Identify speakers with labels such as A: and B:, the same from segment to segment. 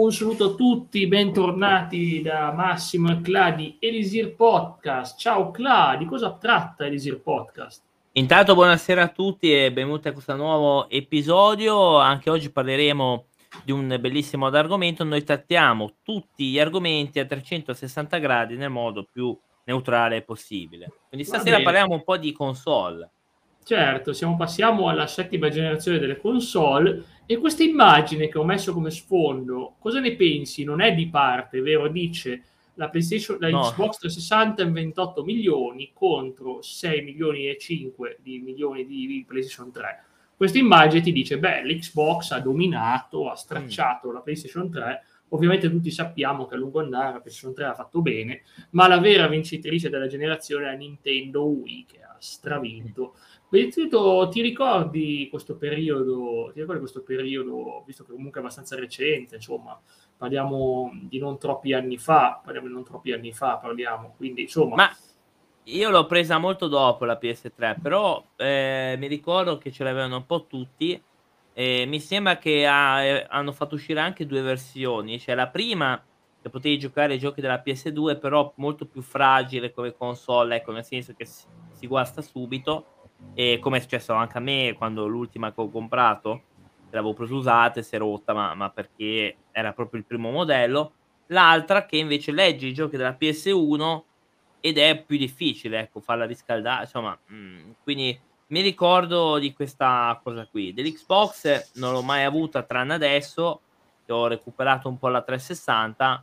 A: Un saluto a tutti, bentornati da Massimo e Cla di Elisir Podcast. Ciao Cla, di cosa tratta Elisir Podcast?
B: Intanto buonasera a tutti e benvenuti a questo nuovo episodio. Anche oggi parleremo di un bellissimo argomento. Noi trattiamo tutti gli argomenti a 360 gradi nel modo più neutrale possibile. Quindi
A: Va
B: stasera
A: bene.
B: parliamo un po' di console.
A: Certo, passiamo alla settima generazione delle console e questa immagine che ho messo come sfondo, cosa ne pensi? Non è di parte, vero? Dice la
B: No,
A: Xbox 360 in 28 milioni contro 6 milioni e 5 di milioni di PlayStation 3. Questa immagine ti dice, beh, l'Xbox ha dominato, ha stracciato la PlayStation 3. Ovviamente tutti sappiamo che a lungo andare la PlayStation 3 ha fatto bene, ma la vera vincitrice della generazione è la Nintendo Wii, che ha stravinto. Ti ricordi questo periodo? Ti ricordi questo periodo, visto che comunque è abbastanza recente, insomma, parliamo di non troppi anni fa, quindi insomma.
B: ma io l'ho presa molto dopo la PS3, però mi ricordo che ce l'avevano un po' tutti. E mi sembra che hanno fatto uscire anche due versioni. Cioè la prima che potevi giocare ai giochi della PS2, però molto più fragile come console, ecco, nel senso che si guasta subito. E come è successo anche a me quando l'ultima che ho comprato, l'avevo presa usata e si è rotta, ma perché era proprio il primo modello. L'altra che invece legge i giochi della PS1 ed è più difficile, ecco, farla riscaldare, insomma, quindi mi ricordo di questa cosa qui. Dell'Xbox non l'ho mai avuta tranne adesso, che ho recuperato un po' la 360,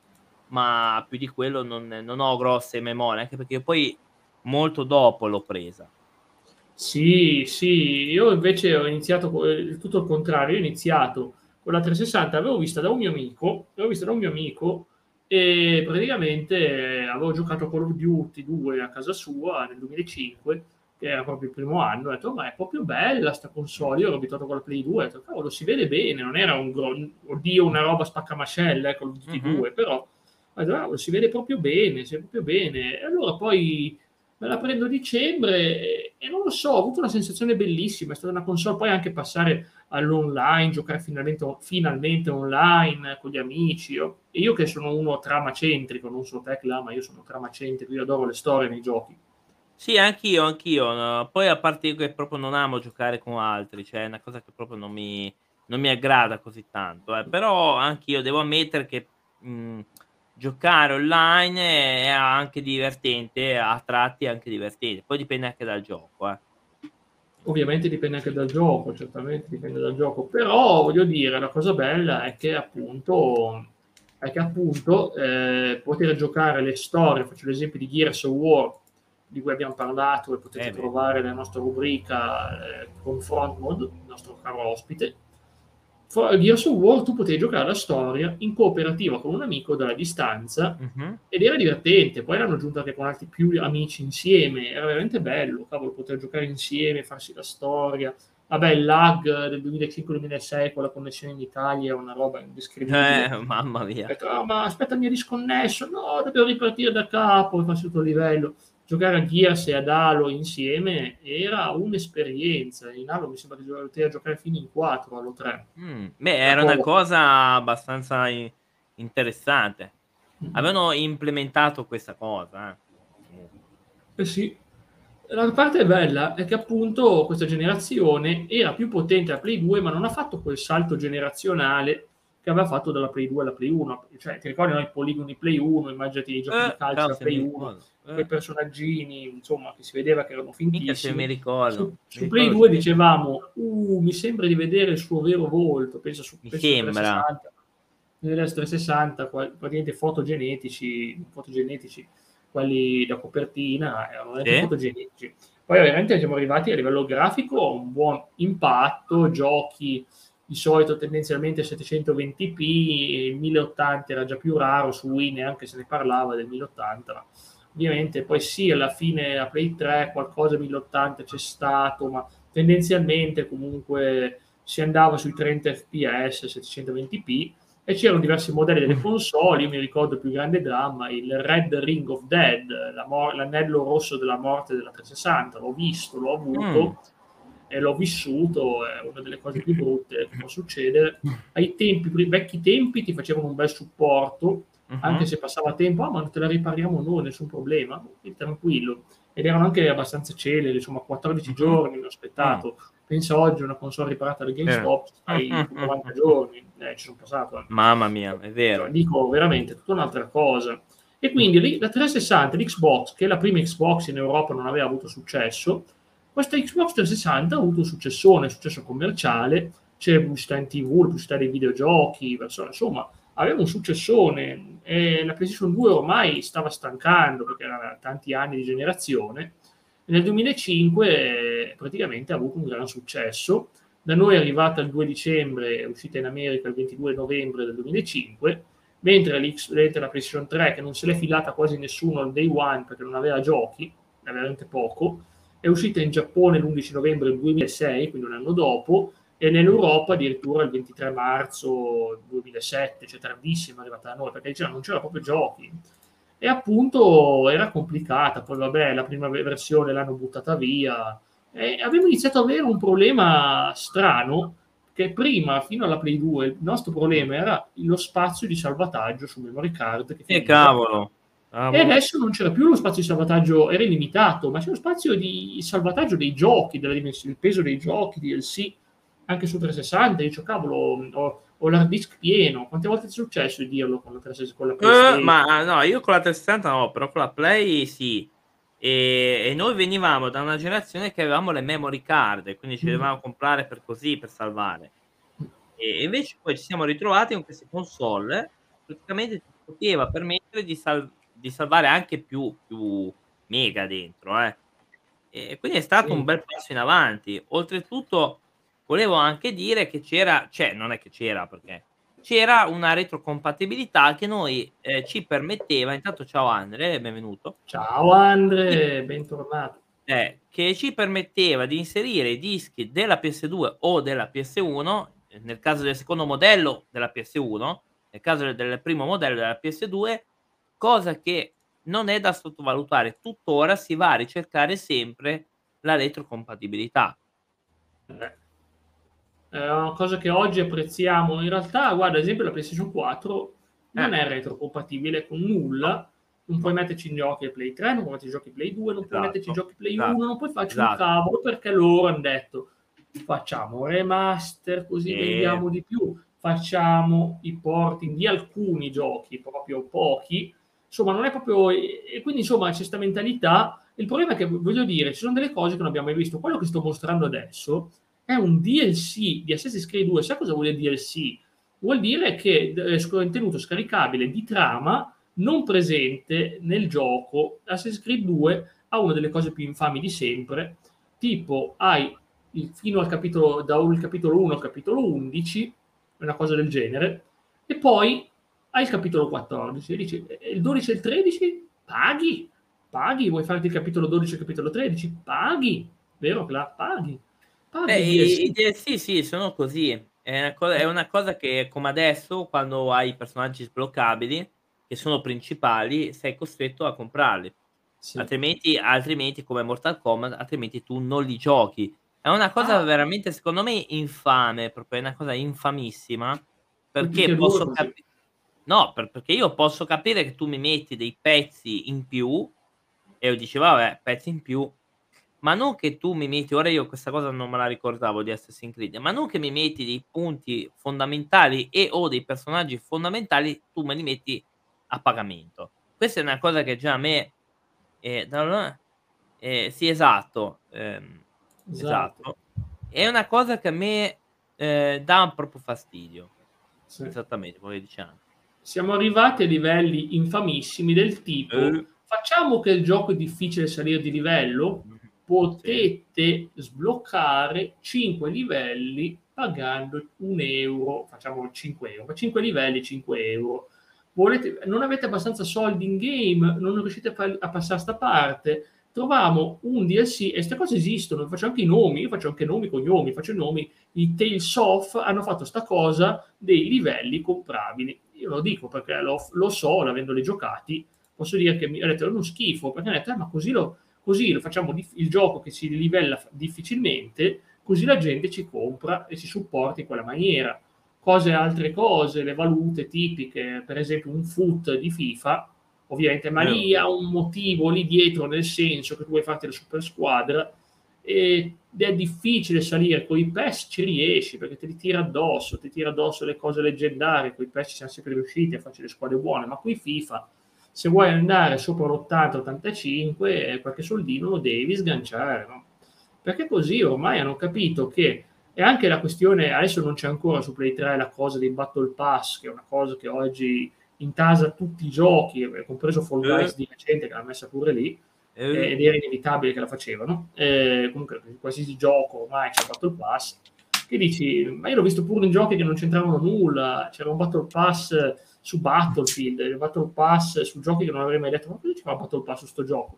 B: ma più di quello non ho grosse memorie, anche perché io poi molto dopo l'ho presa.
A: Sì, sì, io invece ho iniziato tutto il contrario, io ho iniziato con la 360, l'avevo vista da un mio amico e praticamente avevo giocato a Call of Duty 2 a casa sua nel 2005, che era proprio il primo anno, ho detto ma è proprio bella sta console, io ero abituato con la Play 2, ho detto cavolo si vede bene, non era oddio una roba spaccamascella, Call of Duty
B: Mh-mh.
A: 2, però ho detto, cavolo, si vede proprio bene, e allora poi me la prendo a dicembre e non lo so, ho avuto una sensazione bellissima, è stata una console, poi anche passare all'online, giocare finalmente online con gli amici. Io che sono uno tramacentrico, non so te Cla, ma io sono tramacentrico, io adoro le storie nei giochi.
B: Sì, anch'io, no, poi a parte io che proprio non amo giocare con altri, cioè è una cosa che proprio non mi aggrada così tanto, però anch'io devo ammettere che, giocare online è anche divertente, a tratti è anche divertente, poi dipende anche dal gioco,
A: Ovviamente dipende anche dal gioco, certamente dipende dal gioco, però voglio dire, la cosa bella è che appunto poter giocare le storie, faccio l'esempio di Gears of War, di cui abbiamo parlato e potete
B: Beh.
A: trovare nella nostra rubrica Confront Mode, il nostro caro ospite. Gears of War tu potevi giocare la storia in cooperativa con un amico dalla distanza
B: Mh-mh.
A: ed era divertente. Poi l'hanno aggiunto anche con altri più amici insieme, era veramente bello, cavolo, poter giocare insieme, farsi la storia. Vabbè, il lag del 2005-2006 con la connessione in Italia è una roba indescrivibile.
B: Mamma
A: Ho
B: mia.
A: detto, "Ah, ma aspetta, mi è disconnesso, no, dobbiamo ripartire da capo e farsi tutto il livello." Giocare a Gears e ad Halo insieme era un'esperienza. In Halo mi sembra che poteva giocare fino in 4, Halo 3.
B: Beh,
A: Da
B: era una
A: coop.
B: cosa abbastanza interessante.
A: Mm.
B: Avevano implementato questa cosa, comunque.
A: Eh sì. La parte bella è che appunto questa generazione era più potente la Play 2, ma non ha fatto quel salto generazionale che aveva fatto dalla Play 2 alla Play 1. Cioè, ti ricordi, no, i poligoni Play 1, immaginati i giochi di calcio
B: Cavolo
A: da
B: se mi
A: Play 1,
B: ricordo.
A: quei personaggini, insomma, che si vedeva che erano
B: Minchia se mi
A: fintissimi.
B: ricordo. Mi
A: Su Play
B: ricordo
A: 2
B: sì.
A: dicevamo, mi sembra di vedere il suo vero volto,
B: Mi
A: penso su
B: sembra.
A: 360. Nell'S 360, praticamente fotogenetici, quelli da copertina, erano veramente
B: Sì?
A: fotogenetici. Poi veramente siamo arrivati a livello grafico a un buon impatto, giochi di solito tendenzialmente 720p, il 1080 era già più raro, su Wii neanche se ne parlava del 1080, ma ovviamente poi sì, alla fine a Play 3 qualcosa 1080 c'è stato, ma tendenzialmente comunque si andava sui 30 fps, 720p, e c'erano diversi modelli delle console. Io mi ricordo il più grande dramma, il Red Ring of Dead, l'anello rosso della morte della 360, l'ho visto, l'ho
B: Mh.
A: avuto, e l'ho vissuto, è una delle cose più brutte che può succedere. Ai tempi, vecchi tempi, ti facevano un bel supporto, anche se passava tempo, ma non te la ripariamo noi, nessun problema, tranquillo. Ed erano anche abbastanza celeri, insomma 14 giorni ho aspettato. Pensa oggi una console riparata da GameStop, stai 90 giorni, ci sono passato.
B: Mamma mia, è vero.
A: Dico veramente tutta un'altra cosa. E quindi la 360, l'Xbox, che la prima Xbox in Europa non aveva avuto successo, questa Xbox 360 ha avuto un successo commerciale, c'è pubblicità in TV, la pubblicità dei videogiochi, insomma, aveva un successone, e la PlayStation 2 ormai stava stancando perché erano tanti anni di generazione. E nel 2005 praticamente ha avuto un gran successo. Da noi è arrivata il 2 dicembre, è uscita in America il 22 novembre del 2005, mentre la PlayStation 3, che non se l'è filata quasi nessuno al day one perché non aveva giochi, aveva veramente poco, è uscita in Giappone l'11 novembre del 2006, quindi un anno dopo, e nell'Europa addirittura il 23 marzo 2007, cioè tardissimo è arrivata da noi, perché non c'era proprio giochi. E appunto era complicata, poi vabbè, la prima versione l'hanno buttata via, e abbiamo iniziato ad avere un problema strano, che prima, fino alla Play 2, il nostro problema era lo spazio di salvataggio su memory card. Che
B: cavolo!
A: E adesso non c'era più lo spazio di salvataggio, era illimitato, ma c'è lo spazio di salvataggio dei giochi, della dimensione, il peso dei giochi, DLC, anche su 360. Io cavolo, ho l'hard disk pieno. Quante volte è successo di dirlo con la PlayStation?
B: Ma no, io con la 360 no, però con la Play sì. E noi venivamo da una generazione che avevamo le memory card, quindi ci dovevamo comprare per salvare. E invece poi ci siamo ritrovati con queste console, praticamente ti poteva permettere di salvare anche più mega dentro, E quindi è stato un bel passo in avanti. Oltretutto volevo anche dire che non è che c'era, perché c'era una retrocompatibilità che noi ci permetteva. Intanto ciao Andre, benvenuto.
A: Ciao Andre, bentornato.
B: Che ci permetteva di inserire i dischi della PS2 o della PS1, nel caso del secondo modello della PS1, nel caso del primo modello della PS2, cosa che non è da sottovalutare. Tuttora si va a ricercare sempre la retrocompatibilità.
A: È una cosa che oggi apprezziamo. In realtà, guarda, ad esempio la PlayStation 4 non è retrocompatibile con nulla. Non puoi metterci in giochi Play 3, non puoi metterci giochi Play 2, non puoi metterci giochi Play 1, non puoi farci un cavolo, perché loro hanno detto facciamo remaster così vendiamo di più, facciamo i porting di alcuni giochi, proprio pochi, insomma non è proprio, e quindi insomma c'è questa mentalità. Il problema è che, voglio dire, ci sono delle cose che non abbiamo mai visto. Quello che sto mostrando adesso è un DLC di Assassin's Creed 2. Sai cosa vuol dire DLC? Vuol dire che è contenuto scaricabile di trama non presente nel gioco. Assassin's Creed 2 ha una delle cose più infami di sempre, tipo hai fino al capitolo, dal capitolo 1 al capitolo 11, una cosa del genere, e poi hai il capitolo 14, e dici, il 12 e il 13 paghi, vuoi farti il capitolo 12 e il capitolo 13? Paghi, vero Cla? Paghi.
B: I DLC sì, sono così. È una cosa che, come adesso, quando hai i personaggi sbloccabili, che sono principali, sei costretto a comprarli. Sì. Altrimenti, come Mortal Kombat, altrimenti tu non li giochi. È una cosa veramente, secondo me, infame, proprio è una cosa infamissima, perché posso capire... No, perché io posso capire che tu mi metti dei pezzi in più, e io dicevo, vabbè, pezzi in più, ma non che tu mi metti, ora io questa cosa non me la ricordavo di Assassin's Creed, ma non che mi metti dei punti fondamentali e o dei personaggi fondamentali, tu me li metti a pagamento. Questa è una cosa che già a me sì, esatto. È una cosa che a me dà proprio fastidio. Sì. Esattamente, come diciamo.
A: Siamo arrivati a livelli infamissimi del tipo facciamo che il gioco è difficile salire di livello, potete sbloccare 5 livelli pagando €1, facciamo 5 euro, 5 livelli 5 euro. Non avete abbastanza soldi in game, non riuscite a passare sta parte, troviamo un DLC, e queste cose esistono, faccio anche i nomi, io faccio anche nomi, cognomi, faccio i nomi. I Tales of hanno fatto sta cosa dei livelli comprabili. Io lo dico perché lo so, avendoli giocati, posso dire che mi ha detto è uno schifo, perché ha detto ma così lo facciamo il gioco che si livella difficilmente, così la gente ci compra e ci supporta in quella maniera. Altre cose, le valute tipiche, per esempio un foot di FIFA, ovviamente, ma lì ha un motivo lì dietro, nel senso che tu vuoi farti la super squadra ed è difficile salire. Con i PES ci riesci perché ti tira addosso le cose leggendarie. Con i PES ci siamo sempre riusciti a farci le squadre buone, ma qui FIFA, se vuoi andare sopra l'80-85, qualche soldino lo devi sganciare, no? Perché così ormai hanno capito che, e anche la questione, adesso non c'è ancora su Play 3 la cosa dei Battle Pass, che è una cosa che oggi intasa tutti i giochi, compreso Fall Guys di recente che l'ha messa pure lì, ed era inevitabile che la facevano. Comunque qualsiasi gioco ormai c'è il Battle Pass, che dici, ma io l'ho visto pure in giochi che non c'entravano nulla, c'era un Battle Pass su Battlefield, il Battle Pass su giochi che non avrei mai detto, ma cosa c'era il Battle Pass su sto gioco?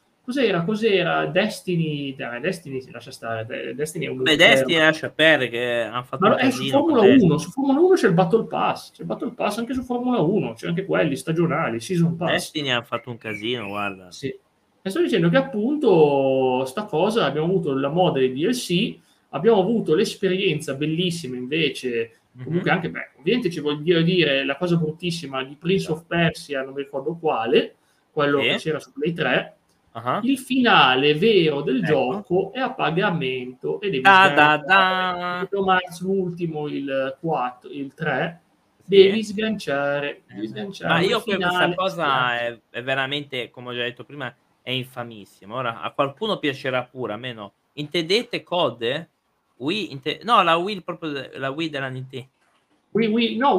A: Cos'era? Destiny? Destiny si lascia stare. Destiny è un
B: Destiny lascia perdere, che hanno fatto un casino.
A: Su Formula 1. Su Formula 1 c'è il Battle Pass. C'è il Battle Pass anche su Formula 1. C'è anche quelli stagionali, Season Pass.
B: Destiny ha fatto un casino, guarda.
A: Sì. E sto dicendo che appunto sta cosa, abbiamo avuto la moda dei DLC, abbiamo avuto l'esperienza bellissima invece, comunque anche, ovviamente ci voglio dire la cosa bruttissima di Prince of Persia, non mi ricordo quale, quello che c'era su Play 3. Il finale vero del gioco è a pagamento e devi sganciare. L'ultimo, il 4, il 3, devi sganciare.
B: Ma io questa cosa è veramente, come ho già detto prima, è infamissima. Ora a qualcuno piacerà pure, a me no. Intendete COD? No, la Wii, proprio la Wii della Nintendo.
A: No,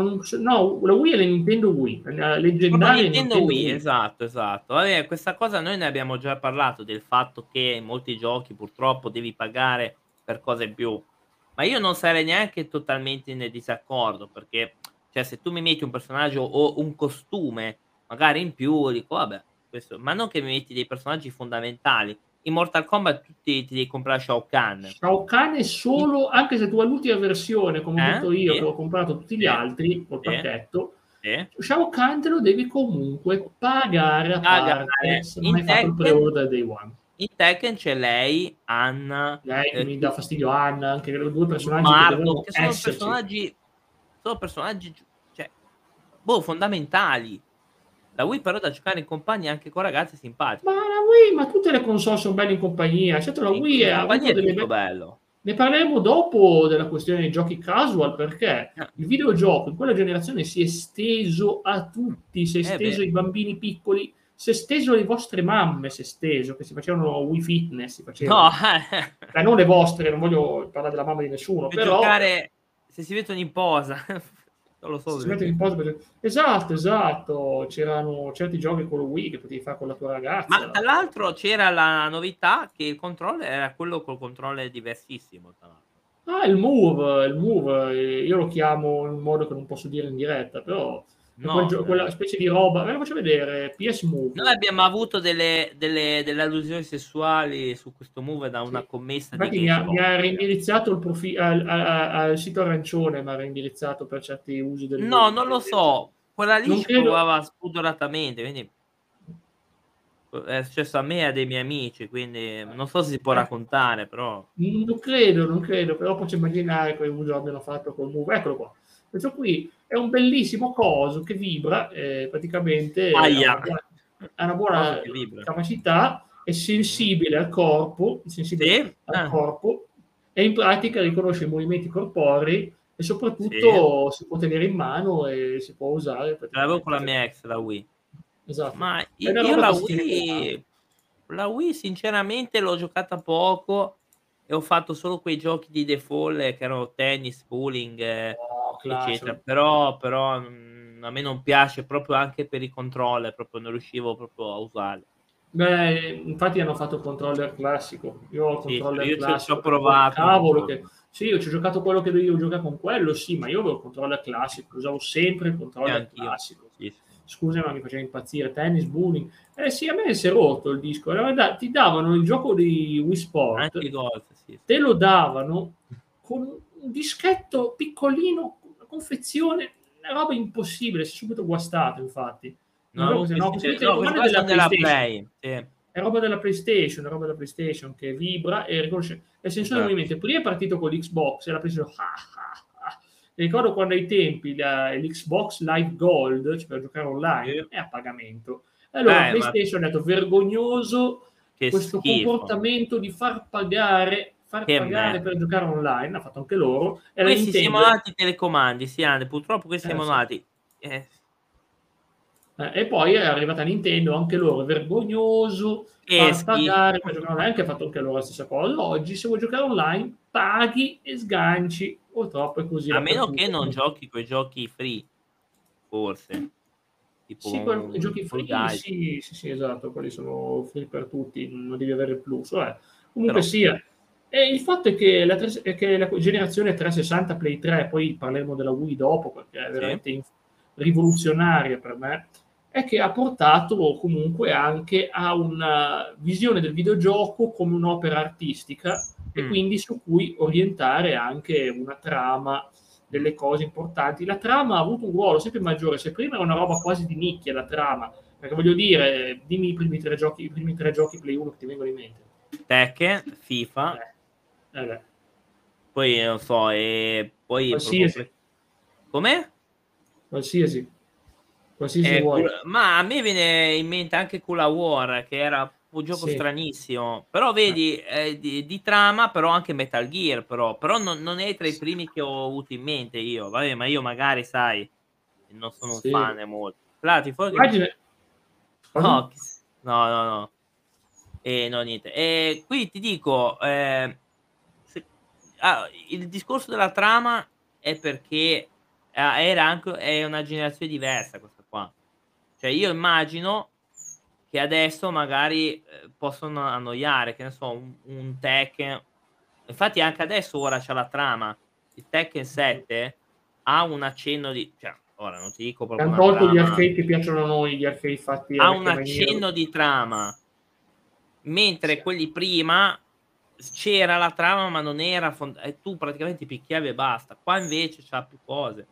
A: la Wii è la Nintendo Wii, la leggendaria
B: Nintendo Wii. Esatto. Vabbè, questa cosa noi ne abbiamo già parlato, del fatto che in molti giochi purtroppo devi pagare per cose in più, ma io non sarei neanche totalmente in disaccordo, perché cioè se tu mi metti un personaggio o un costume magari in più, dico vabbè, questo, ma non che mi metti dei personaggi fondamentali. In Mortal Kombat ti devi comprare Shao Kahn.
A: Shao Kahn è solo, anche se tu hai l'ultima versione, come ho detto io, che ho comprato tutti gli altri col pacchetto, Shao Kahn te lo devi comunque pagare a parte, se non hai fatto il pre-order day one.
B: In Tekken c'è lei, Anna,
A: che mi dà fastidio, Anna, anche le due personaggi
B: Marco, che sono personaggi cioè, fondamentali. La Wii però da giocare in compagnia anche con ragazzi simpatici.
A: Ma tutte le console sono belle in compagnia. Certo, la Wii è
B: molto bello.
A: Ne parleremo dopo della questione dei giochi casual, perché il videogioco in quella generazione si è esteso a tutti, si è esteso ai bambini piccoli, si è esteso alle vostre mamme, si è esteso, che si facevano Wii Fitness, si facevano. No, non le vostre, non voglio parlare della mamma di nessuno,
B: per
A: però
B: giocare se si mettono in posa. Non lo so.
A: Esatto. C'erano certi giochi con la Wii che potevi fare con la tua ragazza.
B: Ma tra l'altro c'era la novità che il controller era quello col controller diversissimo. Tra l'altro.
A: Il Move, io lo chiamo in un modo che non posso dire in diretta, però quella specie di roba, ve lo faccio vedere, PS Move.
B: Noi abbiamo avuto delle allusioni sessuali su questo Move da una commessa.
A: Infatti mi ha reindirizzato il profilo al sito arancione, ma ha reindirizzato per certi usi del
B: No, non lo so, quella lì ci provava spudoratamente, quindi è successo a me e a dei miei amici, quindi non so se si può raccontare, però
A: non credo, però posso immaginare che uso abbiano fatto col Move. Eccolo qua, questo qui è un bellissimo coso che vibra, praticamente ha una buona capacità, è sensibile al corpo, e in pratica riconosce i movimenti corporei e soprattutto si può tenere in mano e si può usare.
B: L'avevo con la mia ex, la Wii.
A: Esatto.
B: Ma io la Wii sinceramente l'ho giocata poco e ho fatto solo quei giochi di default che erano tennis, bowling, eccetera. Però a me non piace proprio, anche per i controller, proprio non riuscivo proprio a usarli.
A: Infatti hanno fatto il controller classico. Io ho il controller classico.
B: Ci ho provato.
A: Cavolo, sì, io ci ho giocato quello che dovevo giocare con quello, sì, ma io avevo il controller classico, usavo sempre il controller classico.
B: Sì.
A: Scusa, ma mi faceva impazzire. Tennis, bowling. Sì, a me si è rotto il disco. Ti davano il gioco di Wii Sport.
B: Anche il golf, sì.
A: Te lo davano con un dischetto piccolino, una confezione, una roba impossibile. Si è subito guastato, infatti.
B: Della Play. Sì.
A: è roba della PlayStation che vibra e riconosce il sensore di movimento. Prima è partito con l'Xbox e la PlayStation. Mi ricordo quando ai tempi l'Xbox Live Gold, cioè per giocare online, è a pagamento. E allora PlayStation ha detto vergognoso questo comportamento di far pagare per giocare online, ha fatto anche loro. E
B: questi siamo nati telecomandi, purtroppo questi siamo nati.
A: E poi è arrivata Nintendo, anche loro, vergognoso, far pagare per giocare online, che ha fatto anche loro la stessa cosa. Oggi se vuoi giocare online paghi e sganci, purtroppo è così.
B: A meno che non giochi quei giochi free, forse. Tipo
A: i giochi free, sì, esatto, quelli sono free per tutti, non devi avere il plus. Comunque sia. E il fatto è che la generazione 360 Play 3, poi parleremo della Wii dopo, perché è veramente rivoluzionaria per me, è che ha portato comunque anche a una visione del videogioco come un'opera artistica e quindi su cui orientare anche una trama, delle cose importanti. La trama ha avuto un ruolo sempre maggiore. Se prima era una roba quasi di nicchia la trama, perché voglio dire, dimmi i primi tre giochi Play 1 che ti vengono in mente.
B: Tekken, FIFA, poi non so, e poi
A: qualsiasi.
B: Come?
A: Qualsiasi vuoi.
B: Ma a me viene in mente anche Kula War, che era un gioco stranissimo, però vedi di trama, però anche Metal Gear, però non è tra i primi che ho avuto in mente io. Vabbè, ma io magari sai, non sono un fan molto.
A: Immagine.
B: No, no, niente. E qui ti dico, il discorso della trama è perché è una generazione diversa questa qua. Cioè io immagino che adesso magari possono annoiare, che ne so, un Tekken. Infatti anche adesso ora c'ha la trama. Il Tekken 7 ha un accenno di... Cioè, ora non ti dico proprio
A: hanno tolto gli arcade che piacciono a noi, gli arcade fatti
B: ha un accenno di trama. Mentre quelli prima c'era la trama ma non era tu praticamente picchiavi e basta. Qua invece c'ha più cose.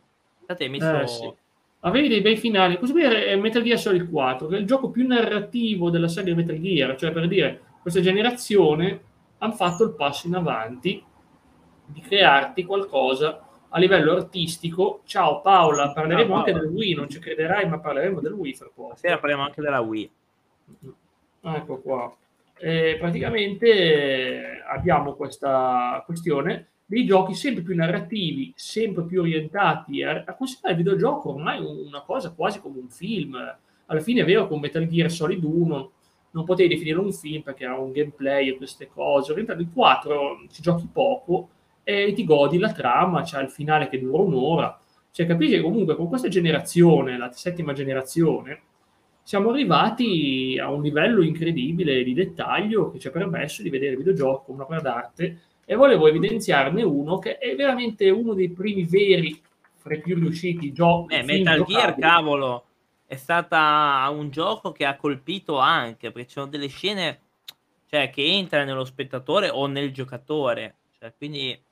A: Avevi dei bei finali. Così è Metal Gear Solid 4, che è il gioco più narrativo della serie Metal Gear. Cioè, per dire, questa generazione hanno fatto il passo in avanti di crearti qualcosa a livello artistico. Ciao Paola, parleremo anche del Wii, non ci crederai, ma parleremo del Wii fra poco.
B: Stasera parliamo anche della Wii.
A: Ecco qua. Praticamente abbiamo questa questione dei giochi sempre più narrativi, sempre più orientati a considerare il videogioco ormai una cosa quasi come un film. Alla fine è vero, con Metal Gear Solid 1 non potevi definirlo un film perché era un gameplay e queste cose. Orientato il 4 ci giochi poco e ti godi la trama, c'è il finale che dura un'ora. Cioè, capisci che comunque con questa generazione, la 7ª generazione, siamo arrivati a un livello incredibile di dettaglio che ci ha permesso di vedere il videogioco come un'opera d'arte, e volevo evidenziarne uno che è veramente uno dei primi veri, fra i più riusciti giochi.
B: Metal Gear, cavolo, è stata un gioco che ha colpito anche, perché ci sono delle scene, cioè, che entrano nello spettatore o nel giocatore. Cioè, quindi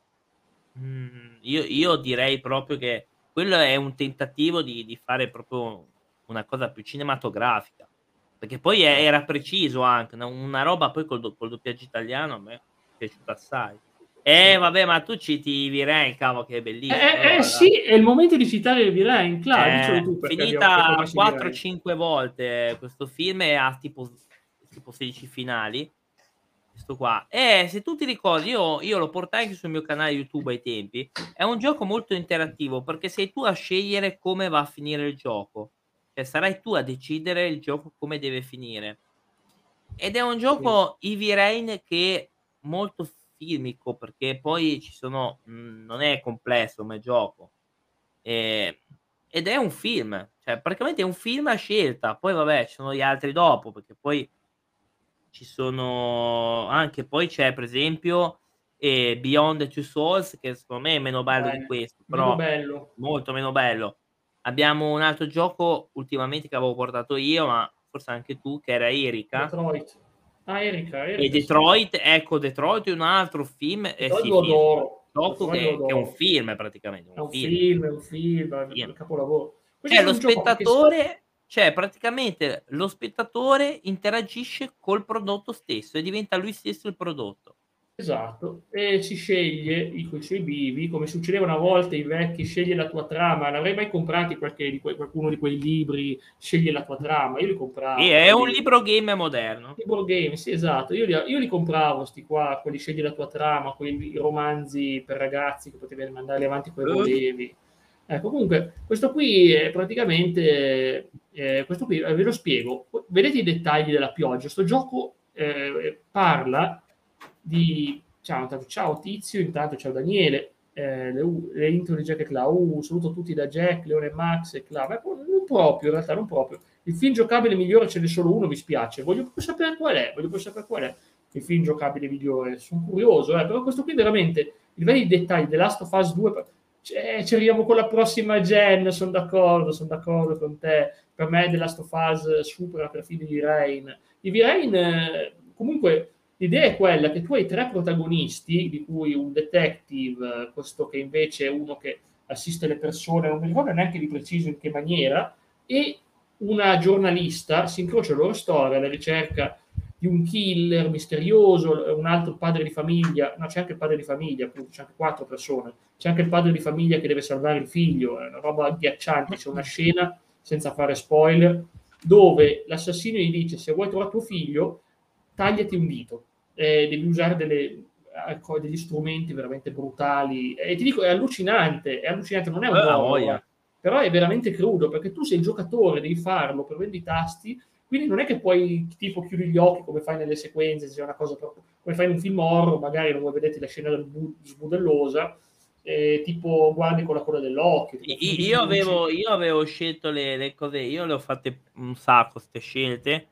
B: io direi proprio che quello è un tentativo di fare proprio una cosa più cinematografica, perché poi era preciso anche, una roba poi col doppiaggio italiano a me è piaciuta assai. Vabbè, ma tu citi Heavy Rain, cavolo, che è bellissimo.
A: Sì, è il momento di citare Heavy Rain, claro, dicelo tu.
B: Finita 4-5 volte questo film e ha tipo 16 finali. Questo qua. Se tu ti ricordi, io lo portai anche sul mio canale YouTube ai tempi. È un gioco molto interattivo perché sei tu a scegliere come va a finire il gioco. Cioè, sarai tu a decidere il gioco come deve finire. Ed è un gioco Heavy Rain che è molto filmico, perché poi ci sono non è complesso come gioco. Ed è un film, cioè praticamente è un film a scelta. Poi vabbè, ci sono gli altri dopo, perché poi ci sono anche, poi c'è per esempio Beyond the Two Souls, che secondo me è meno bello di questo, però molto meno bello. Abbiamo un altro gioco ultimamente che avevo portato io, ma forse anche tu, che era Erika.
A: Detroit. Erika,
B: e Detroit, sì. Ecco, Detroit è un altro film, gioco che è un film praticamente.
A: È un film, è un capolavoro.
B: Cioè, lo spettatore Cioè, praticamente lo spettatore interagisce col prodotto stesso e diventa lui stesso il prodotto.
A: Esatto, e si sceglie i suoi bivi, come succedeva una volta i vecchi, sceglie la tua trama. L'avrei mai comprati qualcuno di quei libri, scegli la tua trama? Io li
B: E
A: compravo,
B: è un
A: quelli
B: libro game moderno.
A: i board game, sì, esatto. Io li compravo, sti qua, quelli scegli la tua trama, quelli romanzi per ragazzi che potevi mandarli avanti come volevi. Ecco, comunque, questo qui è praticamente, questo qui, ve lo spiego. Vedete i dettagli della pioggia? Sto gioco parla di... Ciao Tizio, intanto ciao Daniele, le intro di Jack e Cla. Saluto tutti da Jack, Leone e Max e Cla. Ma non proprio, in realtà, non proprio. Il film giocabile migliore ce n'è solo uno, mi spiace. Voglio proprio sapere qual è. Il film giocabile migliore. Sono curioso, però questo qui veramente, i veri dettagli, The Last of Us 2, ci arriviamo con la prossima gen, sono d'accordo con te. Per me The Last of Us supera perfino i Rain. I V-Rain, comunque, l'idea è quella che tu hai 3 protagonisti, di cui un detective, questo che invece è uno che assiste le persone, non mi ricordo neanche di preciso in che maniera, e una giornalista, si incrocia la loro storia alla ricerca di un killer misterioso, un altro padre di famiglia, no, c'è anche il padre di famiglia, appunto, c'è anche 4 persone, c'è anche il padre di famiglia che deve salvare il figlio, è una roba agghiacciante, c'è una scena, senza fare spoiler, dove l'assassino gli dice: se vuoi trovare tuo figlio, tagliati un dito, devi usare degli strumenti veramente brutali, e ti dico, è allucinante, non è un horror, però è veramente crudo, perché tu sei il giocatore, devi farlo, premendo i tasti, quindi non è che puoi tipo chiudi gli occhi come fai nelle sequenze, se c'è una cosa proprio, come fai in un film horror, magari non vuoi vedere la scena sbudellosa, tipo guardi con la coda dell'occhio, tipo film di
B: Io avevo scelto le cose, io le ho fatte un sacco queste scelte,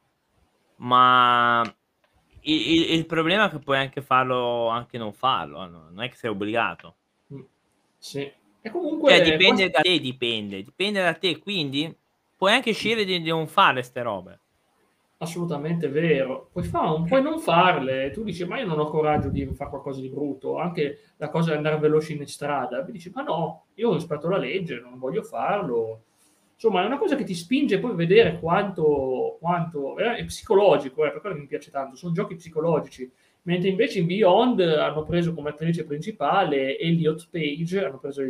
B: ma il problema è che puoi anche farlo, anche non farlo, non è che sei obbligato.
A: Sì. E
B: Cioè,
A: comunque
B: dipende da te, dipende da te, quindi puoi anche scegliere di non fare ste robe.
A: assolutamente vero. Puoi non farle. Tu dici, ma io non ho coraggio di fare qualcosa di brutto. Anche la cosa di andare veloce in strada. Mi dici, ma no, io rispetto alla legge, non voglio farlo. Insomma, è una cosa che ti spinge poi a vedere quanto è psicologico, per quello che mi piace tanto. Sono giochi psicologici. Mentre invece in Beyond hanno preso come attrice principale Elliot Page,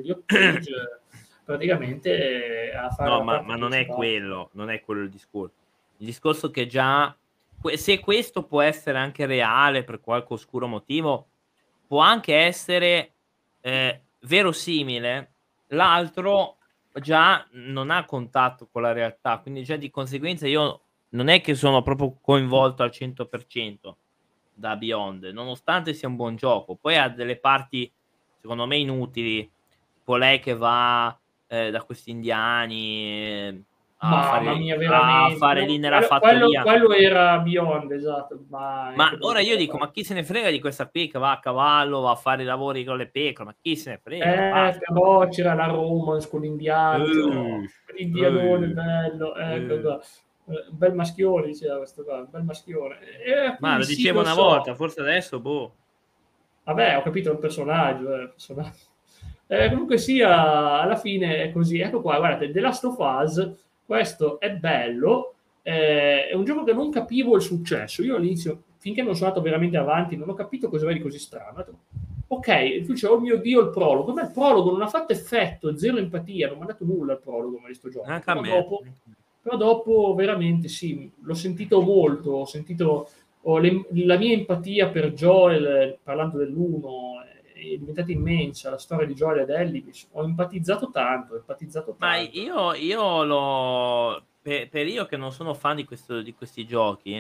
A: praticamente a fare
B: No,
A: la parte
B: ma non è
A: principale.
B: quello, non è quello il discorso. Il discorso che già, se questo può essere anche reale per qualche oscuro motivo, può anche essere verosimile, l'altro già non ha contatto con la realtà, quindi già di conseguenza io non è che sono proprio coinvolto al 100% da Beyond, nonostante sia un buon gioco. Poi ha delle parti, secondo me, inutili, tipo lei che va da questi indiani
A: Mamma mia,
B: a
A: veramente.
B: fare
A: No,
B: lì nella
A: quello,
B: fattoria.
A: quello era Beyond, esatto. Ma
B: Ma
A: che
B: ora
A: brutta
B: io dico,
A: roba.
B: ma chi se ne frega di questa qui che va a cavallo, va a fare i lavori con le pecore, ma chi se ne frega, basta.
A: Però c'era la romance con l'indiano,
B: Ehi,
A: l'indianone
B: ehi,
A: bello, ecco
B: eh.
A: qua. Un bel maschione, diceva questo qua, un bel maschione.
B: Ma
A: Quindi
B: lo
A: sì,
B: dicevo
A: lo
B: una volta,
A: so.
B: forse adesso, boh.
A: Vabbè, ho capito il personaggio, personaggio. Comunque sia, alla fine è così. Ecco qua, guardate, The Last of Us, questo è bello, è un gioco che non capivo il successo. Io all'inizio, finché non sono andato veramente avanti, non ho capito cosa era di così strano. Ho detto, ok, tu dici, oh mio Dio, il prologo. Ma il prologo non ha fatto effetto, zero empatia, non mi ha dato nulla il prologo di sto gioco.
B: Anche a me.
A: Però dopo veramente sì, l'ho sentito molto, la mia empatia per Joel, parlando dell'1, è diventata immensa, la storia di Joel ed Ellie, ho empatizzato tanto,
B: Ma
A: tanto.
B: io per io che non sono fan di questi giochi,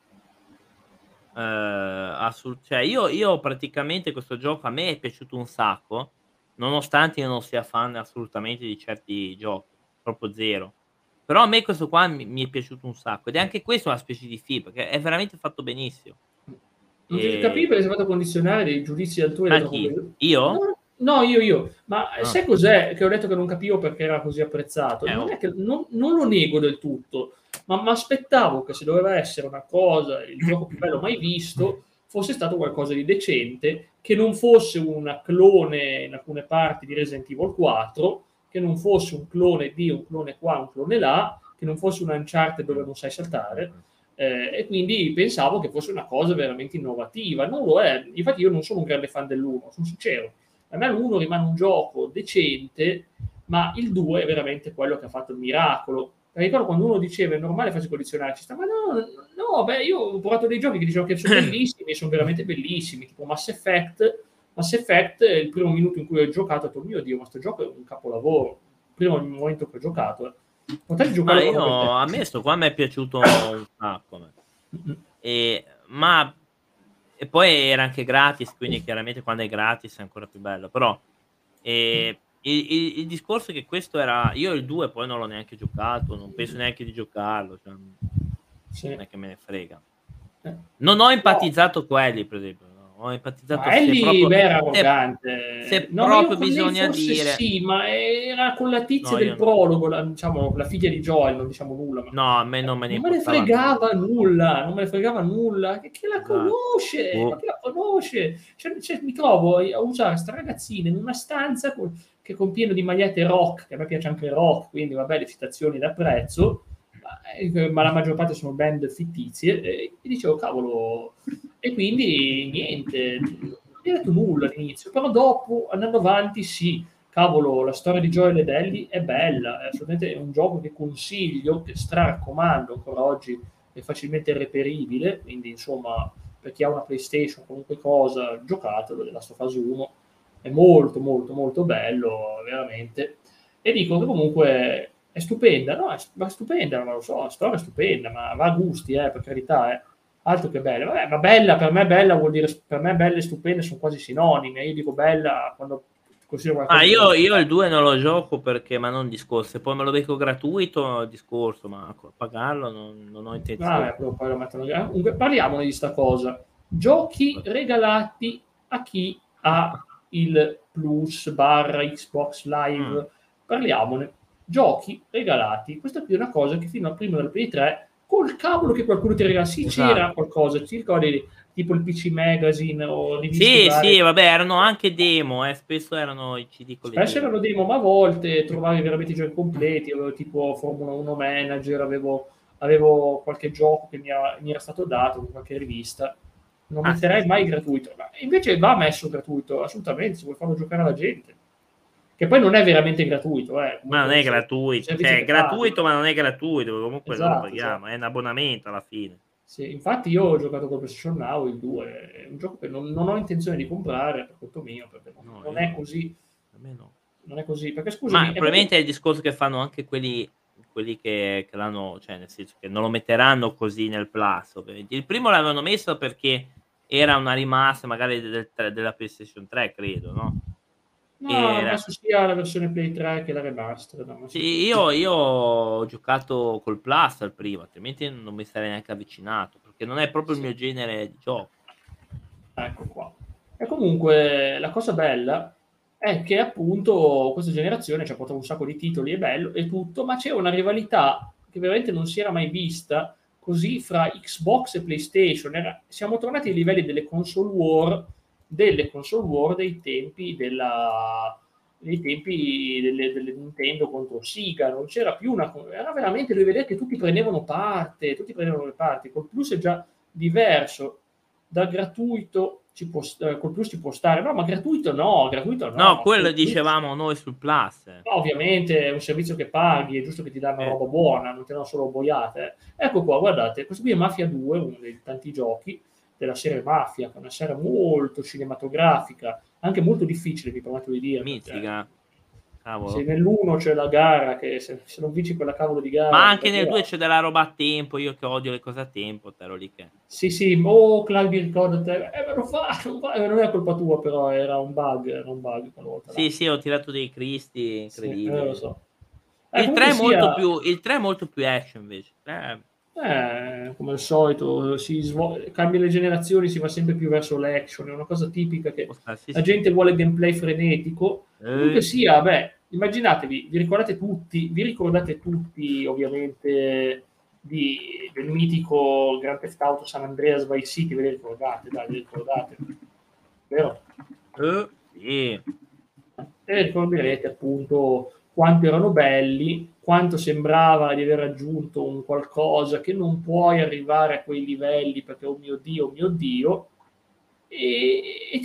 B: cioè io praticamente questo gioco a me è piaciuto un sacco, nonostante io non sia fan assolutamente di certi giochi, proprio 0. Però a me questo qua mi è piaciuto un sacco ed è anche questo una specie di film, perché è veramente fatto benissimo.
A: Non ti capivi
B: Ehm,
A: perché sei fatto condizionare dei giudizi altrui
B: ma
A: da troppo
B: chi?
A: peso?
B: Io?
A: No, no, io. Ma
B: Ah,
A: sai cos'è che ho detto che non capivo perché era così apprezzato? Non è che
B: ovvio.
A: non lo nego del tutto, ma aspettavo che se doveva essere una cosa, il gioco più bello mai visto, fosse stato qualcosa di decente, che non fosse una clone in alcune parti di Resident Evil 4, che non fosse un clone di un clone qua, un clone là, che non fosse un Uncharted dove non sai saltare, e quindi pensavo che fosse una cosa veramente innovativa. Non lo è. Infatti io non sono un grande fan dell'1, sono sincero. A me l'1 rimane un gioco decente, ma il 2 è veramente quello che ha fatto il miracolo. Ricordo quando uno diceva è normale farsi collezionare, ci sta, ma no, beh, io ho provato dei giochi che dicevo che sono bellissimi e sono veramente bellissimi, tipo Mass Effect, il primo minuto in cui ho giocato ho detto, mio Dio, ma sto gioco è un capolavoro. Il primo momento che ho giocato, potrei
B: Ma
A: giocare
B: io, a me sto qua mi è piaciuto un sacco. E poi era anche gratis, quindi chiaramente quando è gratis è ancora più bello. Però il discorso è che questo era... Io il 2 poi non l'ho neanche giocato, non penso neanche di giocarlo, cioè,
A: Sì.
B: non è che me ne frega. Non ho empatizzato quelli, per esempio. No? Ho empatizzato
A: ma Ellie
B: proprio,
A: era arrogante.
B: se
A: No, ma io
B: proprio
A: con lei
B: bisogna
A: forse
B: dire...
A: sì, ma era con la tizia
B: No,
A: del
B: io no.
A: prologo, diciamo, la figlia di Joel, non diciamo nulla. Ma
B: No, a me non me ne
A: non me ne
B: importava
A: fregava
B: nulla.
A: non me ne fregava nulla. Che la
B: Esatto.
A: conosce? Ma che la conosce? Cioè, mi trovo a usare sta ragazzina in una stanza con pieno di magliette rock, che a me piace anche il rock, quindi vabbè, le citazioni da prezzo, ma la maggior parte sono band fittizie, e dicevo, cavolo, e quindi niente, non mi ha detto nulla all'inizio, però dopo, andando avanti, sì, cavolo, la storia di Joel ed Ellie è bella, è assolutamente un gioco che consiglio, che straccomando ancora oggi, è facilmente reperibile, quindi insomma, per chi ha una PlayStation, qualunque cosa, giocatelo, The Last of Us 1, è molto molto molto bello, veramente. E dico che comunque è stupenda, no? È stupenda, ma lo so, la storia è stupenda, ma va a gusti, per carità, altro che bella. Vabbè, ma bella vuol dire, per me bella e stupenda sono quasi sinonimi. Io dico bella quando considero
B: Ah,
A: qualcosa
B: io il 2 non lo gioco perché, ma non discorso, se poi me lo becco gratuito, discorso, ma pagarlo non ho intenzione.
A: poi lo mettono. Comunque, parliamone di sta cosa. Giochi regalati a chi ha il Plus barra Xbox Live. Parliamone. Giochi regalati. Questa qui è una cosa che fino a prima del Play 3, col cavolo che qualcuno ti regala. Sì,
B: Esatto.
A: c'era qualcosa, ti ricordi tipo il PC Magazine o riviste
B: Sì,
A: varie.
B: vabbè, erano anche demo, spesso erano i CD con le
A: Spesso
B: demo.
A: erano demo, ma a volte trovavi veramente i giochi completi. Avevo tipo Formula 1 Manager, avevo qualche gioco che mi era stato dato con qualche rivista. Non metterei
B: Sì.
A: mai gratuito, ma invece va messo gratuito, assolutamente, se vuoi farlo giocare alla gente. Che poi non è veramente gratuito,
B: Ma non
A: comunque
B: è
A: un
B: gratuito,
A: servizio
B: cioè è
A: che paghi.
B: gratuito, ma non è gratuito, comunque lo
A: Esatto,
B: paghiamo,
A: esatto.
B: è un abbonamento alla fine.
A: Sì, infatti io ho giocato con PlayStation Now il 2, è un gioco che non ho intenzione di comprare per conto mio, perché
B: No,
A: non
B: io
A: è
B: no,
A: così.
B: a me no.
A: Non è così, perché
B: Ma
A: scusami, è proprio.
B: probabilmente è il discorso che fanno anche quelli che l'hanno, cioè nel senso che non lo metteranno così nel Plus, ovviamente. Il primo l'avevano messo perché era una remaster magari della PlayStation 3, credo, no?
A: No,
B: Era
A: penso sia la versione Play 3 che la remaster, no,
B: Sì,
A: sicuro.
B: io ho giocato col Plus al primo, altrimenti non mi sarei neanche avvicinato, perché non è proprio il
A: Sì,
B: mio genere di gioco.
A: ecco qua. E comunque la cosa bella è che appunto questa generazione ci ha portato un sacco di titoli, è bello e tutto, ma c'è una rivalità che veramente non si era mai vista così fra Xbox e PlayStation. Siamo tornati ai livelli delle console war dei tempi delle Nintendo contro Sega. Non c'era più era veramente, devi vedere che tutti prendevano le parti. Col Plus è già diverso, da gratuito col Plus ci può stare, no, ma gratuito
B: No,
A: no,
B: quello
A: col Plus,
B: dicevamo noi sul Plus.
A: no, ovviamente è un servizio che paghi, è giusto che ti danno roba buona, non ti danno solo boiate. Ecco qua, guardate, questo qui è Mafia 2, uno dei tanti giochi della serie Mafia, che è una serie molto cinematografica, anche molto difficile, mi permetto di dire, perché
B: Mizzica,
A: se
B: cavolo.
A: nell'1 c'è la gara, che se non vinci quella cavolo di
B: Ma
A: gara non
B: anche
A: vai
B: nel 2
A: avanti.
B: c'è della roba a tempo, io che odio le cose a tempo, te ero lì che...
A: Sì, Claudio, ricordate, ma non è colpa tua, però era un bug quella volta là.
B: Sì, ho tirato dei cristi
A: Sì, lo
B: incredibili.
A: so.
B: Il 3
A: Comunque
B: è molto
A: sia,
B: più, il 3 è molto più action invece.
A: come al solito, cambia le generazioni, si va sempre più verso l'action, è una cosa tipica che
B: Sì,
A: la
B: sì.
A: gente vuole gameplay frenetico. Comunque sia, immaginatevi, vi ricordate tutti ovviamente del mitico Grand Theft Auto San Andreas Vice City, ve li ricordate, dai, ve li ricordate, vero?
B: Sì.
A: E ricorderete appunto quanto erano belli, quanto sembrava di aver raggiunto un qualcosa che non puoi arrivare a quei livelli perché oh mio Dio, e